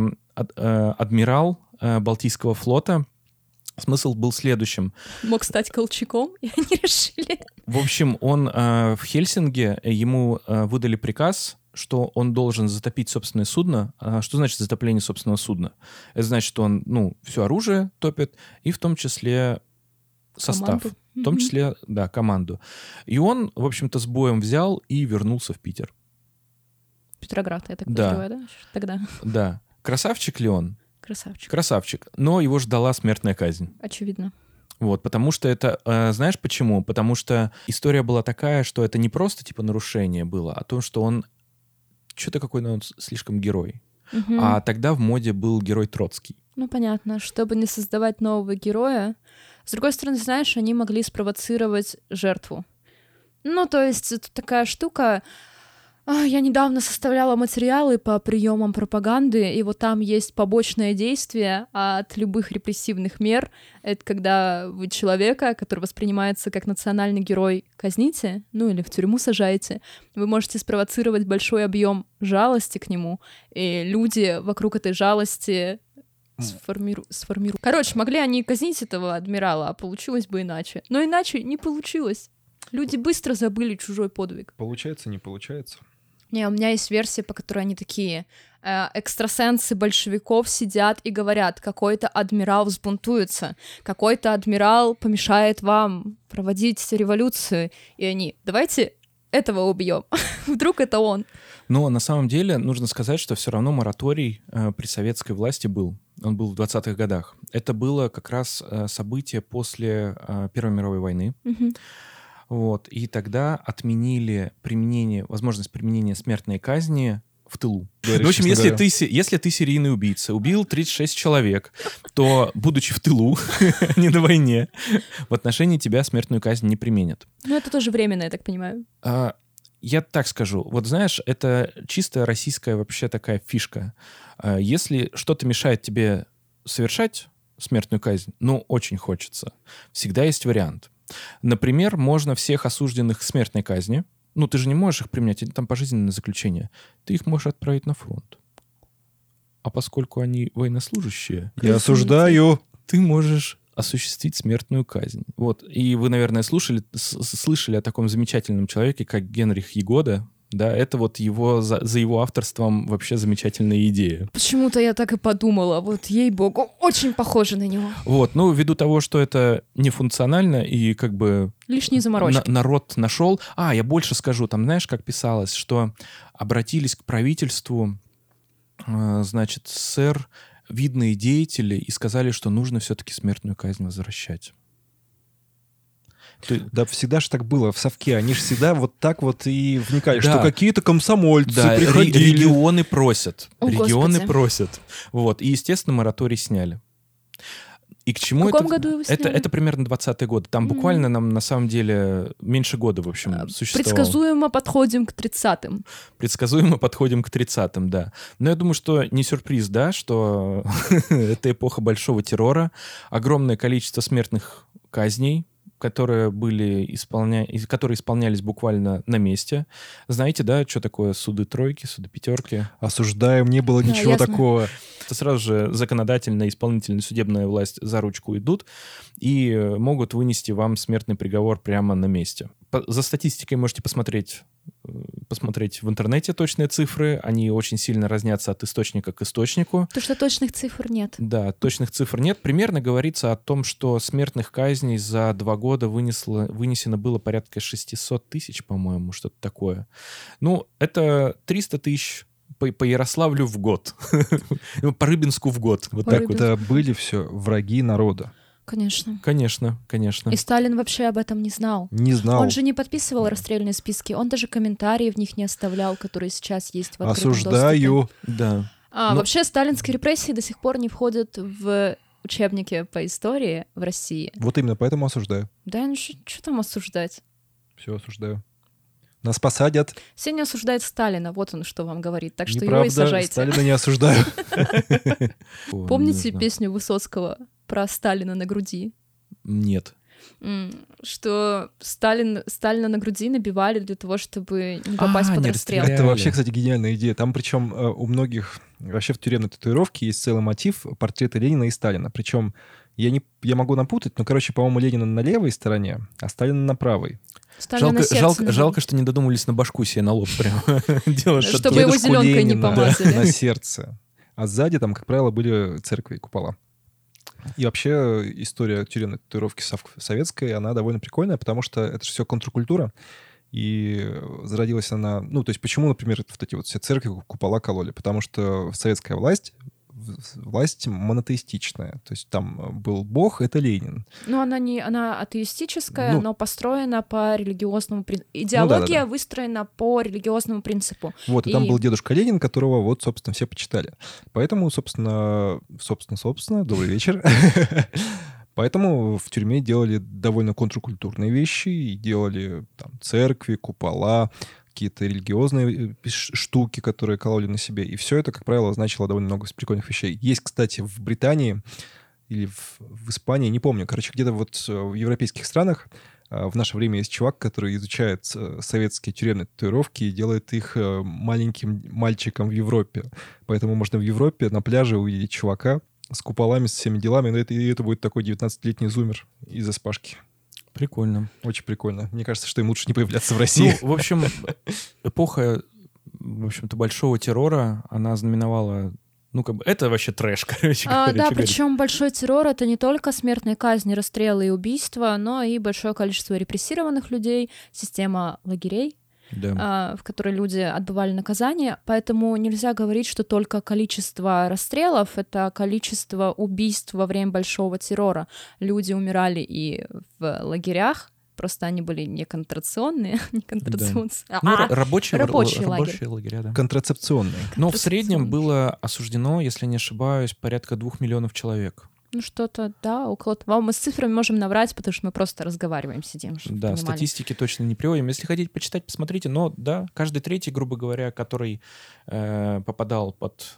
адмирал Балтийского флота. Смысл был следующим. Мог стать Колчаком, и они решили. В общем, он в Хельсинки, ему выдали приказ, что он должен затопить собственное судно. Что значит затопление собственного судна? Это значит, что он, ну, все оружие топит, и в том числе состав. Команду. В том числе, да, команду. И он, в общем-то, с боем взял и вернулся в Питер. Петроград, я так Да. подозреваю, да? Тогда. Да. Красавчик ли он? Красавчик. Красавчик. Но его ждала смертная казнь. Очевидно. Вот, потому что это... знаешь почему? Потому что история была такая, что это не просто, типа, нарушение было, а то, что он... Что-то какой-то он слишком герой. Мгм. А тогда в моде был герой Троцкий. Ну, понятно. Чтобы не создавать нового героя. С другой стороны, знаешь, они могли спровоцировать жертву. Ну, то есть это такая штука... Я недавно составляла материалы по приемам пропаганды, и вот там есть побочное действие от любых репрессивных мер. Это когда вы человека, который воспринимается как национальный герой, казните, ну или в тюрьму сажаете, вы можете спровоцировать большой объем жалости к нему, и люди вокруг этой жалости сформируют. Короче, могли они казнить этого адмирала, а получилось бы иначе. Но иначе не получилось. Люди быстро забыли чужой подвиг. Получается, не получается? Не, у меня есть версия, по которой они такие экстрасенсы большевиков сидят и говорят, какой-то адмирал взбунтуется, какой-то адмирал помешает вам проводить революцию. И они, давайте этого убьем. Вдруг это он. Но на самом деле нужно сказать, что все равно мораторий при советской власти был. Он был в 20-х годах. Это было как раз событие после Первой мировой войны. Мгм. Вот. И тогда отменили возможность применения смертной казни в тылу. Говоришь, В общем, честно если ты серийный убийца, убил 36 человек, то, будучи в тылу, не на войне, в отношении тебя смертную казнь не применят. Ну, это тоже временно, я так понимаю. Я так скажу. Вот знаешь, это чисто российская вообще такая фишка. Если что-то мешает тебе совершать смертную казнь, ну, очень хочется, всегда есть вариант. Например, можно всех осужденных к смертной казни, ну, ты же не можешь их применять, там пожизненное заключение, ты их можешь отправить на фронт. А поскольку они военнослужащие, Я осуждаю! ты можешь осуществить смертную казнь. Вот. И вы, наверное, слышали о таком замечательном человеке, как Генрих Ягода. Да, это вот за его авторством вообще замечательная идея. Почему-то я так и подумала. Вот, ей-богу, очень похоже на него. Вот, ну, ввиду того, что это нефункционально и как бы Лишние заморочки. народ нашел. Я больше скажу, там, знаешь, как писалось, что обратились к правительству, значит, СССР, видные деятели, и сказали, что нужно все-таки смертную казнь возвращать. Да всегда же так было в Совке. Они же всегда вот так вот и вникали, Да. что какие-то комсомольцы Да, приходили. регионы просят. О, Регионы Господи. просят. Вот. И, естественно, мораторий сняли. И к чему В каком это? году его сняли? Это примерно 20-е годы. Там буквально нам, на самом деле, меньше года, в общем, существовало. Предсказуемо подходим к 30-м. Предсказуемо подходим к 30-м, да. Но я думаю, что не сюрприз, да, что это эпоха большого террора, огромное количество смертных казней, которые исполнялись буквально на месте. Знаете, да, что такое суды тройки, суды пятерки? Осуждаем, не было Да, ничего ясно. такого. Это сразу же законодательная, исполнительная, судебная власть за ручку идут и могут вынести вам смертный приговор прямо на месте. За статистикой можете посмотреть посмотреть в интернете точные цифры. Они очень сильно разнятся от источника к источнику. То, что точных цифр нет. Да, точных цифр нет. Примерно говорится о том, что смертных казней за 2 года вынесено было порядка 600 тысяч, по-моему, что-то такое. Ну, это 300 тысяч по Ярославлю в год. По Рыбинску в год. Вот так вот. Это были все враги народа. Конечно. Конечно, конечно. И Сталин вообще об этом не знал. Не знал. Он же не подписывал расстрельные списки, он даже комментарии в них не оставлял, которые сейчас есть в открытом доступе. Осуждаю. Да. Вообще сталинские репрессии до сих пор не входят в учебники по истории в России. Вот именно поэтому осуждаю. Да, ну что там осуждать? Все осуждаю. Нас посадят. Сеня осуждает Сталина, вот он что вам говорит, так что Неправда, его и сажайте. Сталина не осуждаю. Помните песню Высоцкого про Сталина на груди? Нет. Что Сталина на груди набивали для того, чтобы не попасть под не расстрел. расстреляли. Это вообще, кстати, гениальная идея. Там причем у многих вообще в тюремной татуировке есть целый мотив портрета Ленина и Сталина. Причем я могу напутать, но, короче, по-моему, Ленина на левой стороне, а Сталина на правой. Жалко, что не додумались на башку себе на лоб прям делать. Чтобы его Дедушку зеленкой не Ленина помазали. на сердце. А сзади там, как правило, были церкви и купола. И вообще история тюремной татуировки советской, она довольно прикольная, потому что это же все контркультура. И зародилась она... Ну, то есть почему, например, вот эти вот все церкви, купола кололи? Потому что советская власть монотеистичная. То есть там был бог, это Ленин. Ну, она атеистическая, Ну, но построена по религиозному принципу. Идеология выстроена по религиозному принципу. Вот, и там был дедушка Ленин, которого вот, собственно, все почитали. Поэтому, собственно, добрый вечер. Поэтому в тюрьме делали довольно контркультурные вещи, и делали там церкви, купола, какие-то религиозные штуки, которые кололи на себе. И все это, как правило, значило довольно много прикольных вещей. Есть, кстати, в Британии или в Испании, не помню, короче, где-то вот в европейских странах в наше время есть чувак, который изучает советские тюремные татуировки и делает их маленьким мальчиком в Европе. Поэтому можно в Европе на пляже увидеть чувака с куполами, с всеми делами, но это будет такой 19-летний зумер из Испашки. Прикольно. Очень прикольно. Мне кажется, что им лучше не появляться в России. Ну, в общем, эпоха, в общем-то, большого террора, она знаменовала... Ну, как бы, это вообще трэш, короче говоря. Да, причем большой террор — это не только смертные казни, расстрелы и убийства, но и большое количество репрессированных людей, система лагерей, Да. в которой люди отбывали наказание. Поэтому нельзя говорить, что только количество расстрелов — это количество убийств во время большого террора. Люди умирали и в лагерях, просто они были не концентрационные, рабочие лагеря, да. Контрацепционные. Но в среднем было осуждено, если не ошибаюсь, порядка 2 миллионов человек. Ну, что-то, да, около того. Мы с цифрами можем наврать, потому что мы просто разговариваем, сидим. Да, статистики точно не приводим. Если хотите почитать, посмотрите. Но, да, каждый третий, грубо говоря, который попадал под,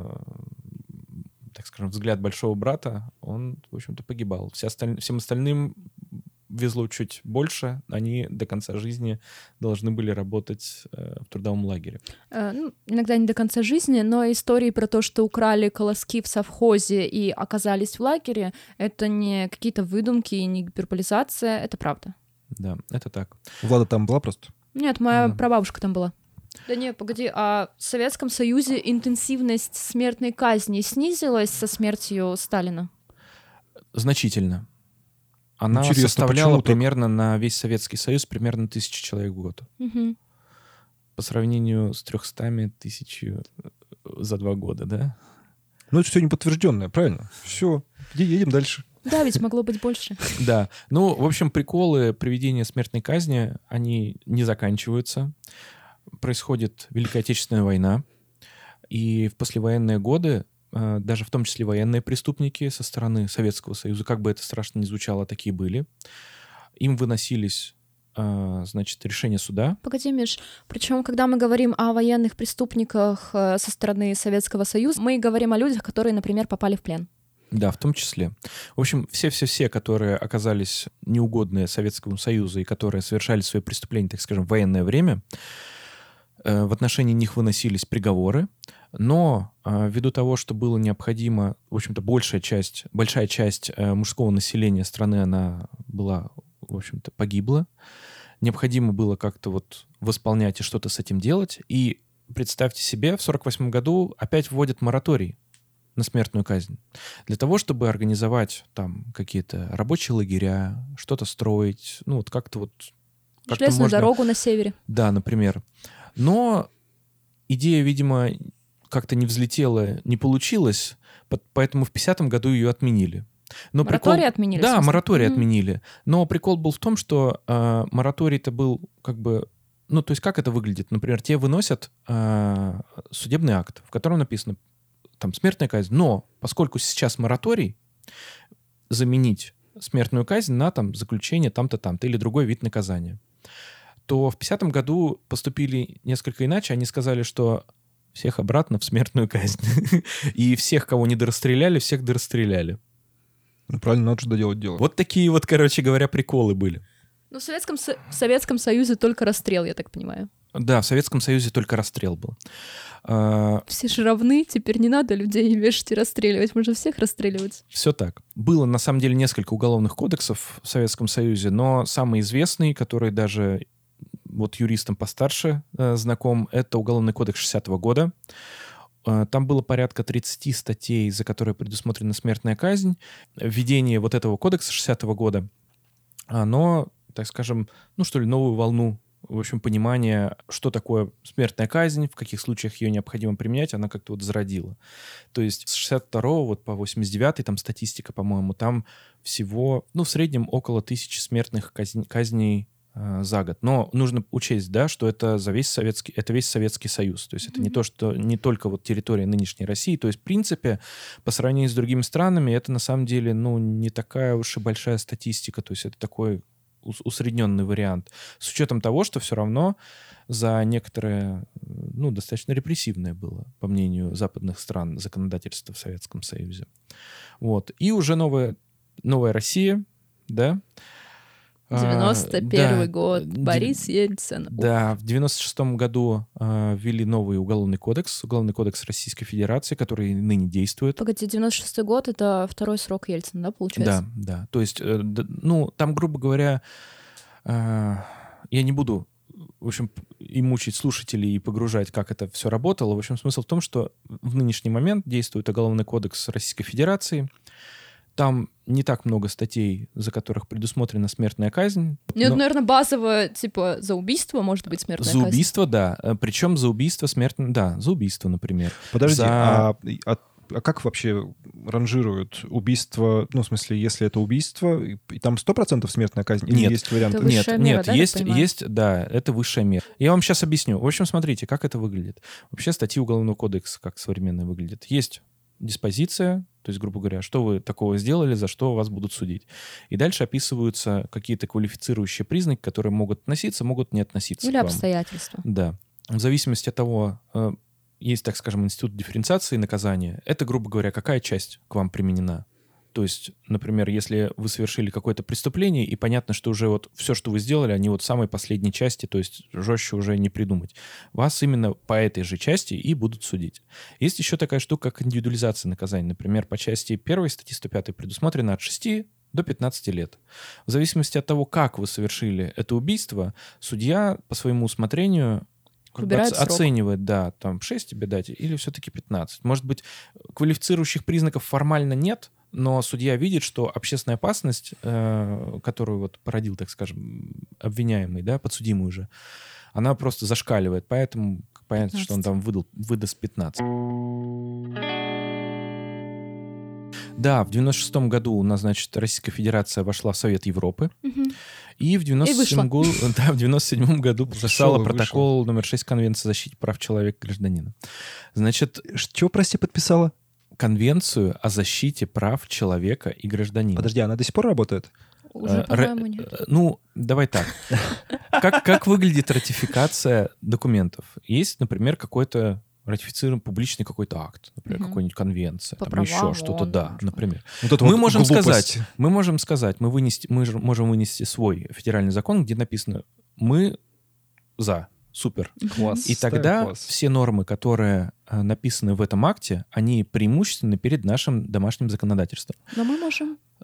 так скажем, взгляд большого брата, он, в общем-то, погибал. Всем остальным везло чуть больше, они до конца жизни должны были работать в трудовом лагере. Иногда не до конца жизни, но истории про то, что украли колоски в совхозе и оказались в лагере, это не какие-то выдумки, не гиперболизация, это правда. Да, это так. Влада там была просто? Нет, моя прабабушка там была. Да не, погоди, а в Советском Союзе интенсивность смертной казни снизилась со смертью Сталина? Значительно. Она Интересно, составляла примерно на весь Советский Союз примерно 1000 человек в год. Угу. По сравнению с 300 1000 за 2 года, да? Ну, это все неподтвержденное, правильно? Все, едем дальше. Да, ведь могло быть больше. Да. Ну, в общем, приколы приведения смертной казни, они не заканчиваются. Происходит Великая Отечественная война. И в послевоенные годы даже в том числе военные преступники со стороны Советского Союза, как бы это страшно ни звучало, такие были. Им выносились, значит, решения суда. Погоди, Миш, причем, когда мы говорим о военных преступниках со стороны Советского Союза, мы говорим о людях, которые, например, попали в плен. Да, в том числе. В общем, все, которые оказались неугодные Советскому Союзу и которые совершали свои преступления, так скажем, в военное время, в отношении них выносились приговоры, но ввиду того, что было необходимо, в общем-то, большая часть мужского населения страны, она была, в общем-то, погибла, необходимо было как-то вот восполнять и что-то с этим делать. И представьте себе, в 1948 году опять вводят мораторий на смертную казнь. Для того, чтобы организовать там какие-то рабочие лагеря, что-то строить, ну вот как-то вот... как-то Железную можно... дорогу на севере. Да, например. Но идея, видимо, как-то не взлетела, не получилась, поэтому в 50-м году ее отменили. Но Мораторий отменили? Да, в смысле? мораторий отменили. Но прикол был в том, что мораторий-то был как бы... Ну, то есть как это выглядит? Например, тебе выносят судебный акт, в котором написано там смертная казнь. Но поскольку сейчас мораторий, заменить смертную казнь на там заключение там-то, там-то или другой вид наказания, то в 50-м году поступили несколько иначе. Они сказали, что всех обратно в смертную казнь. И всех, кого не дорасстреляли, всех дорасстреляли. Ну, правильно, надо же доделать дело. Вот такие вот, короче говоря, приколы были. Ну, в Советском Союзе только расстрел, я так понимаю. Да, в Советском Союзе только расстрел был. Все же равны, теперь не надо людей вешать и расстреливать, можно всех расстреливать. Все так. Было, на самом деле, несколько уголовных кодексов в Советском Союзе, но самый известный, который даже вот юристам постарше знаком, это Уголовный кодекс 60-го года. Там было порядка 30 статей, за которые предусмотрена смертная казнь. Введение вот этого кодекса 60-го года, оно, так скажем, ну что ли, новую волну, в общем, понимания, что такое смертная казнь, в каких случаях ее необходимо применять, она как-то вот зародила. То есть с 62 вот по 89 там статистика, по-моему, там всего, ну, в среднем около 1000 смертных казней за год. Но нужно учесть, да, что это весь Советский Союз. То есть это не то, что не только вот территория нынешней России. То есть, в принципе, по сравнению с другими странами, это на самом деле, ну, не такая уж и большая статистика. То есть это такой усредненный вариант. С учетом того, что все равно за некоторое, ну, достаточно репрессивное было, по мнению западных стран, законодательство в Советском Союзе. Вот. И уже новая Россия, да, 91 год. Борис Ельцин. Да, в 96-м году ввели новый уголовный кодекс Российской Федерации, который ныне действует. Погоди, 96-й год — это второй срок Ельцина, да, получается? Да. То есть, ну, там, грубо говоря, я не буду, в общем, и мучить слушателей, и погружать, как это все работало. В общем, смысл в том, что в нынешний момент действует Уголовный кодекс Российской Федерации. Там не так много статей, за которых предусмотрена смертная казнь. Ну, наверное, базовая, типа, за убийство может быть смертная казнь. За убийство, да. Причем за убийство смертная... Да, за убийство, например. Подожди, а как вообще ранжируют убийство? Ну, в смысле, если это убийство, и там 100% смертная казнь? Или Нет. есть варианты? Это высшая мера, да, есть, да, это высшая мера. Я вам сейчас объясню. В общем, смотрите, как это выглядит. Вообще статьи Уголовного кодекса, как современные, выглядят. Есть диспозиция, то есть, грубо говоря, что вы такого сделали, за что вас будут судить. И дальше описываются какие-то квалифицирующие признаки, которые могут относиться, могут не относиться Или к вам. обстоятельства. Да. В зависимости от того, есть, так скажем, институт дифференциации наказания. Это, грубо говоря, какая часть к вам применена. То есть, например, если вы совершили какое-то преступление, и понятно, что уже вот все, что вы сделали, они вот в самой последней части, то есть жестче уже не придумать. Вас именно по этой же части и будут судить. Есть еще такая штука, как индивидуализация наказания. Например, по части 1 статьи 105 предусмотрено от 6 до 15 лет. В зависимости от того, как вы совершили это убийство, судья по своему усмотрению оценивает, да, там 6 тебе дать или все-таки 15. Может быть, квалифицирующих признаков формально нет, но судья видит, что общественная опасность, которую вот породил, так скажем, обвиняемый, да, подсудимый уже, она просто зашкаливает, поэтому понятно, 15. что он там выдаст 15. Да, в 96-м году у нас, значит, Российская Федерация вошла в Совет Европы, и в 97-м году подписала протокол номер 6 Конвенции о защите прав человека и гражданина. Значит, Чего, прости, подписала? Конвенцию о защите прав человека и гражданина. Подожди, она до сих пор работает? Уже, по-моему, нет. Ну, давай так. Как выглядит ратификация документов? Есть, например, какой-то ратифицирован публичный какой-то акт, например, какой-нибудь конвенция, там еще что-то, да, например. Вот мы можем сказать, мы можем вынести свой федеральный закон, где написано «мы за». Супер. Класс. И тогда все нормы, которые написаны в этом акте, они преимущественны перед нашим домашним законодательством. Но мы можем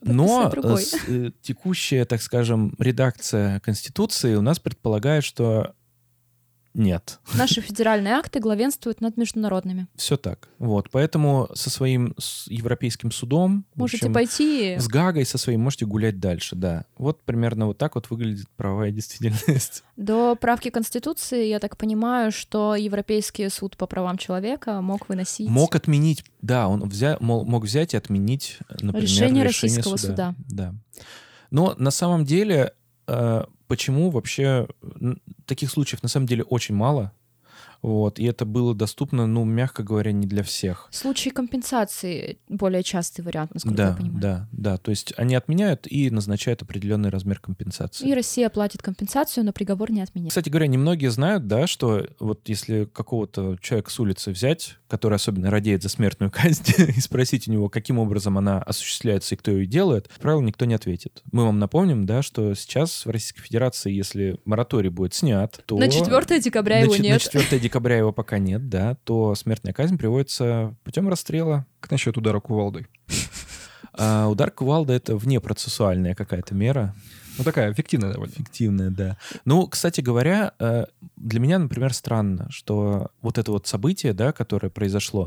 Но другой. текущая, так скажем, редакция Конституции у нас предполагает, что нет. Наши федеральные акты главенствуют над международными. Все так. Вот. Поэтому со своим Европейским судом, в Можете общем, пойти... с Гаагой со своим можете гулять дальше, да. Вот примерно вот так вот выглядит правовая действительность. До правки Конституции, я так понимаю, что Европейский суд по правам человека мог выносить... Мог отменить, да, он мог взять и отменить, например, решение решение российского суда. Да. Но на самом деле, почему вообще таких случаев на самом деле очень мало? Вот, и это было доступно, ну, мягко говоря, не для всех. Случаи компенсации более частый вариант, насколько я понимаю. Да. То есть они отменяют и назначают определенный размер компенсации. И Россия платит компенсацию, но приговор не отменяет. Кстати говоря, немногие знают, да, что вот если какого-то человека с улицы взять, который особенно радеет за смертную казнь, и спросить у него, каким образом она осуществляется и кто ее делает, как правило, никто не ответит. Мы вам напомним, да, что сейчас в Российской Федерации, если мораторий будет снят, то... На 4 декабря его нет. На 4 декабря его пока нет, да, то смертная казнь приводится путем расстрела. Как насчет удара кувалдой? Удар кувалды — это внепроцессуальная какая-то мера. Ну, такая эффективная довольно. Эффективная, да. Ну, кстати говоря, для меня, например, странно, что вот это вот событие, да, которое произошло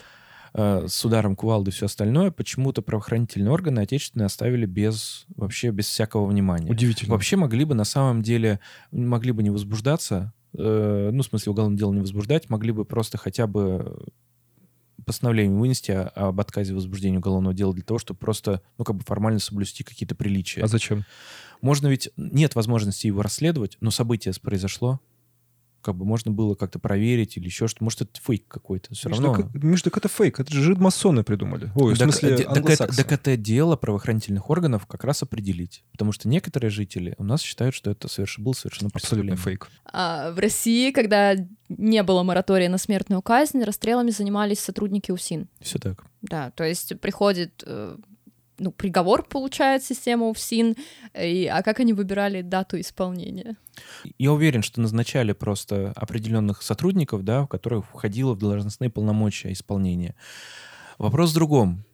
с ударом кувалды и все остальное, почему-то правоохранительные органы отечественные оставили вообще без всякого внимания. Удивительно. Вообще могли бы на самом деле, могли бы не возбуждаться, ну, в смысле, уголовное дело не возбуждать, могли бы просто хотя бы постановление вынести об отказе в возбуждении уголовного дела для того, чтобы просто, ну, как бы формально соблюсти какие-то приличия. А зачем? Можно ведь... Нет возможности его расследовать, но событие произошло. Как бы можно было как-то проверить или еще что-то. Может, это фейк какой-то. Все равно... Миш, так это фейк. Это же жид-масоны придумали. Ой, в смысле англосаксы. Так это дело правоохранительных органов как раз определить. Потому что некоторые жители у нас считают, что это был совершенно абсолютно фейк. В России, когда не было моратория на смертную казнь, расстрелами занимались сотрудники УСИН. Все так. Да, то есть приходит... приговор получает система УФСИН, а как они выбирали дату исполнения? Я уверен, что назначали просто определенных сотрудников, да, в которых входило в должностные полномочия исполнения. Вопрос в другом.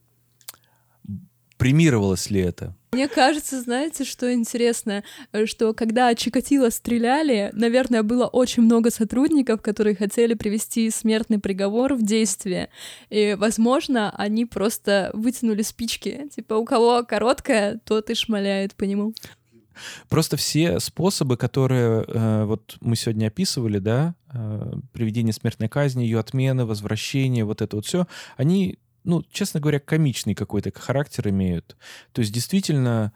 Премировалось ли это? Мне кажется, знаете, что интересно, что когда Чикатило стреляли, наверное, было очень много сотрудников, которые хотели привести смертный приговор в действие. И, возможно, они просто вытянули спички. Типа, у кого короткая, тот и шмаляет по нему. Просто все способы, которые вот мы сегодня описывали, да, приведение смертной казни, ее отмены, возвращение, вот это вот все, они, ну, честно говоря, комичный какой-то характер имеют. То есть действительно,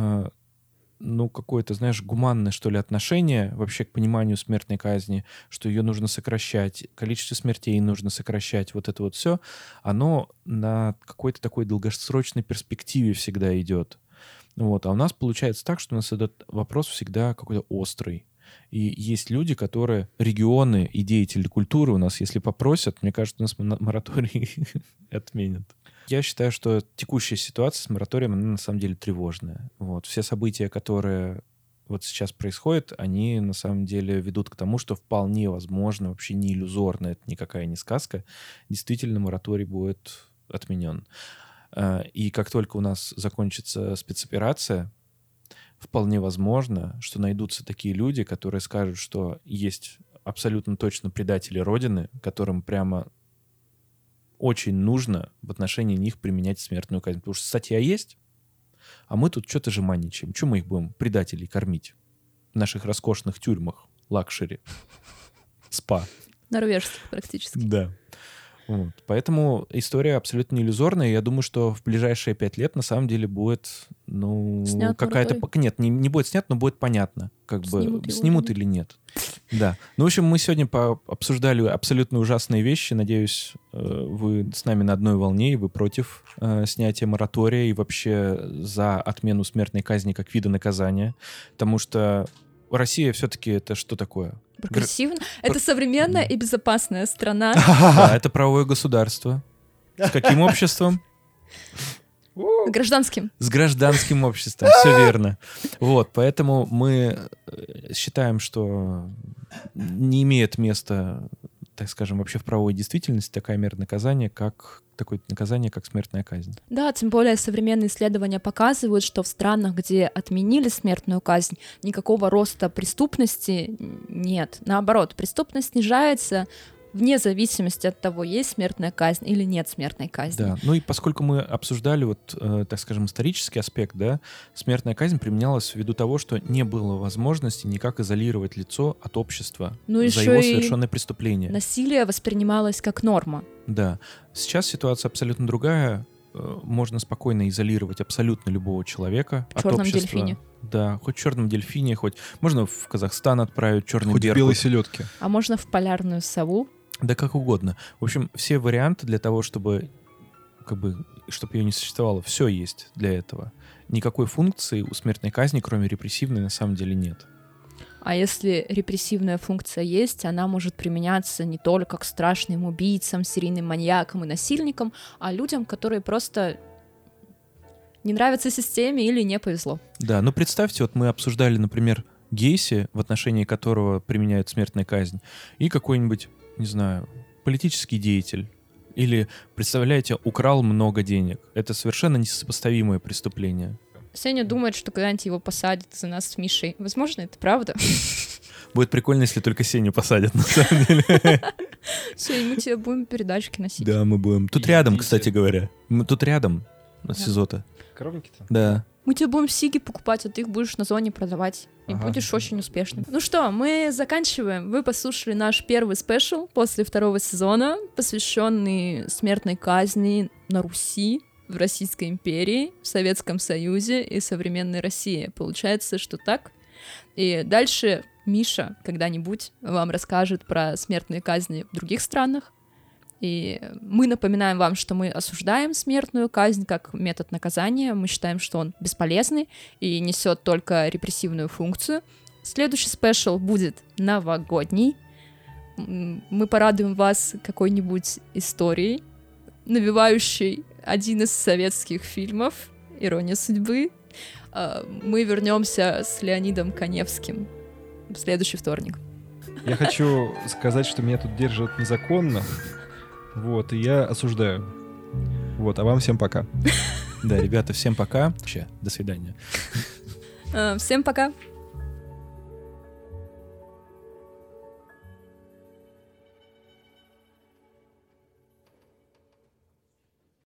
ну, какое-то, знаешь, гуманное, что ли, отношение вообще к пониманию смертной казни, что ее нужно сокращать, количество смертей нужно сокращать, вот это вот все, оно на какой-то такой долгосрочной перспективе всегда идет. Вот. А у нас получается так, что у нас этот вопрос всегда какой-то острый. И есть люди, которые, регионы и деятели культуры у нас, если попросят, мне кажется, у нас мораторий отменят. Я считаю, что текущая ситуация с мораторием, она на самом деле тревожная. Вот. Все события, которые вот сейчас происходят, они на самом деле ведут к тому, что вполне возможно, вообще не иллюзорно, это никакая не сказка, действительно мораторий будет отменен. И как только у нас закончится спецоперация, вполне возможно, что найдутся такие люди, которые скажут, что есть абсолютно точно предатели Родины, которым прямо очень нужно в отношении них применять смертную казнь. Потому что статья есть, а мы тут что-то жеманничаем. Чего мы их будем, предателей, кормить? В наших роскошных тюрьмах, лакшери, спа. Норвежских практически. Да. Вот. Поэтому история абсолютно иллюзорная. Я думаю, что в ближайшие 5 лет на самом деле будет, ну, снят какая-то... мораторий? Нет, не будет снят, но будет понятно, как снимут или нет. Да. Ну, в общем, мы сегодня обсуждали абсолютно ужасные вещи. Надеюсь, вы с нами на одной волне, и вы против снятия моратория и вообще за отмену смертной казни как вида наказания. Потому что Россия все-таки это что такое? Прогрессивно. Это современная и безопасная страна. Да, это правовое государство. С каким обществом? Гражданским. С гражданским обществом, все верно. Вот, поэтому мы считаем, что не имеет места так скажем, вообще в правовой действительности такое наказание, как смертная казнь. Да, тем более современные исследования показывают, что в странах, где отменили смертную казнь, никакого роста преступности нет. Наоборот, преступность снижается вне зависимости от того, есть смертная казнь или нет смертной казни. Да, ну и поскольку мы обсуждали так скажем, исторический аспект, да, смертная казнь применялась ввиду того, что не было возможности никак изолировать лицо от общества за его совершенное преступление. Насилие воспринималось как норма. Да. Сейчас ситуация абсолютно другая. Можно спокойно изолировать абсолютно любого человека от общества. В черном дельфине. Да, хоть в черном дельфине, хоть можно в Казахстан отправить черный Хоть в белой селедке. А можно в полярную сову. Да как угодно. В общем, все варианты для того, чтобы ее не существовало, все есть для этого. Никакой функции у смертной казни, кроме репрессивной, на самом деле нет. А если репрессивная функция есть, она может применяться не только к страшным убийцам, серийным маньякам и насильникам, а людям, которые просто не нравятся системе или не повезло. Да, но представьте, вот мы обсуждали, например, Гейси, в отношении которого применяют смертную казнь, и какой-нибудь, не знаю, политический деятель. Или, представляете, украл много денег. Это совершенно несопоставимое преступление. Сеня думает, что когда-нибудь его посадят за нас с Мишей. Возможно, это правда. Будет прикольно, если только Сеню посадят, на самом деле. Сень, мы тебе будем передачки носить. Да, мы будем. Тут рядом, кстати говоря. Мы тут рядом от СИЗО-то. Коровники-то? Да. Мы тебе будем сиги покупать, а ты их будешь на зоне продавать. И будешь очень успешным. Ну что, мы заканчиваем. Вы послушали наш первый спешл после 2-го сезона, посвященный смертной казни на Руси, в Российской империи, в Советском Союзе и современной России. Получается, что так. И дальше Миша когда-нибудь вам расскажет про смертные казни в других странах. И мы напоминаем вам, что мы осуждаем смертную казнь как метод наказания. Мы считаем, что он бесполезный и несет только репрессивную функцию. Следующий спешл будет новогодний. Мы порадуем вас какой-нибудь историей, навевающей один из советских фильмов «Ирония судьбы». Мы вернемся с Леонидом Каневским в следующий вторник. Я хочу сказать, что меня тут держат незаконно. Вот, и я осуждаю. Вот, а вам всем пока. Да, ребята, всем пока. Вообще, до свидания. Всем пока.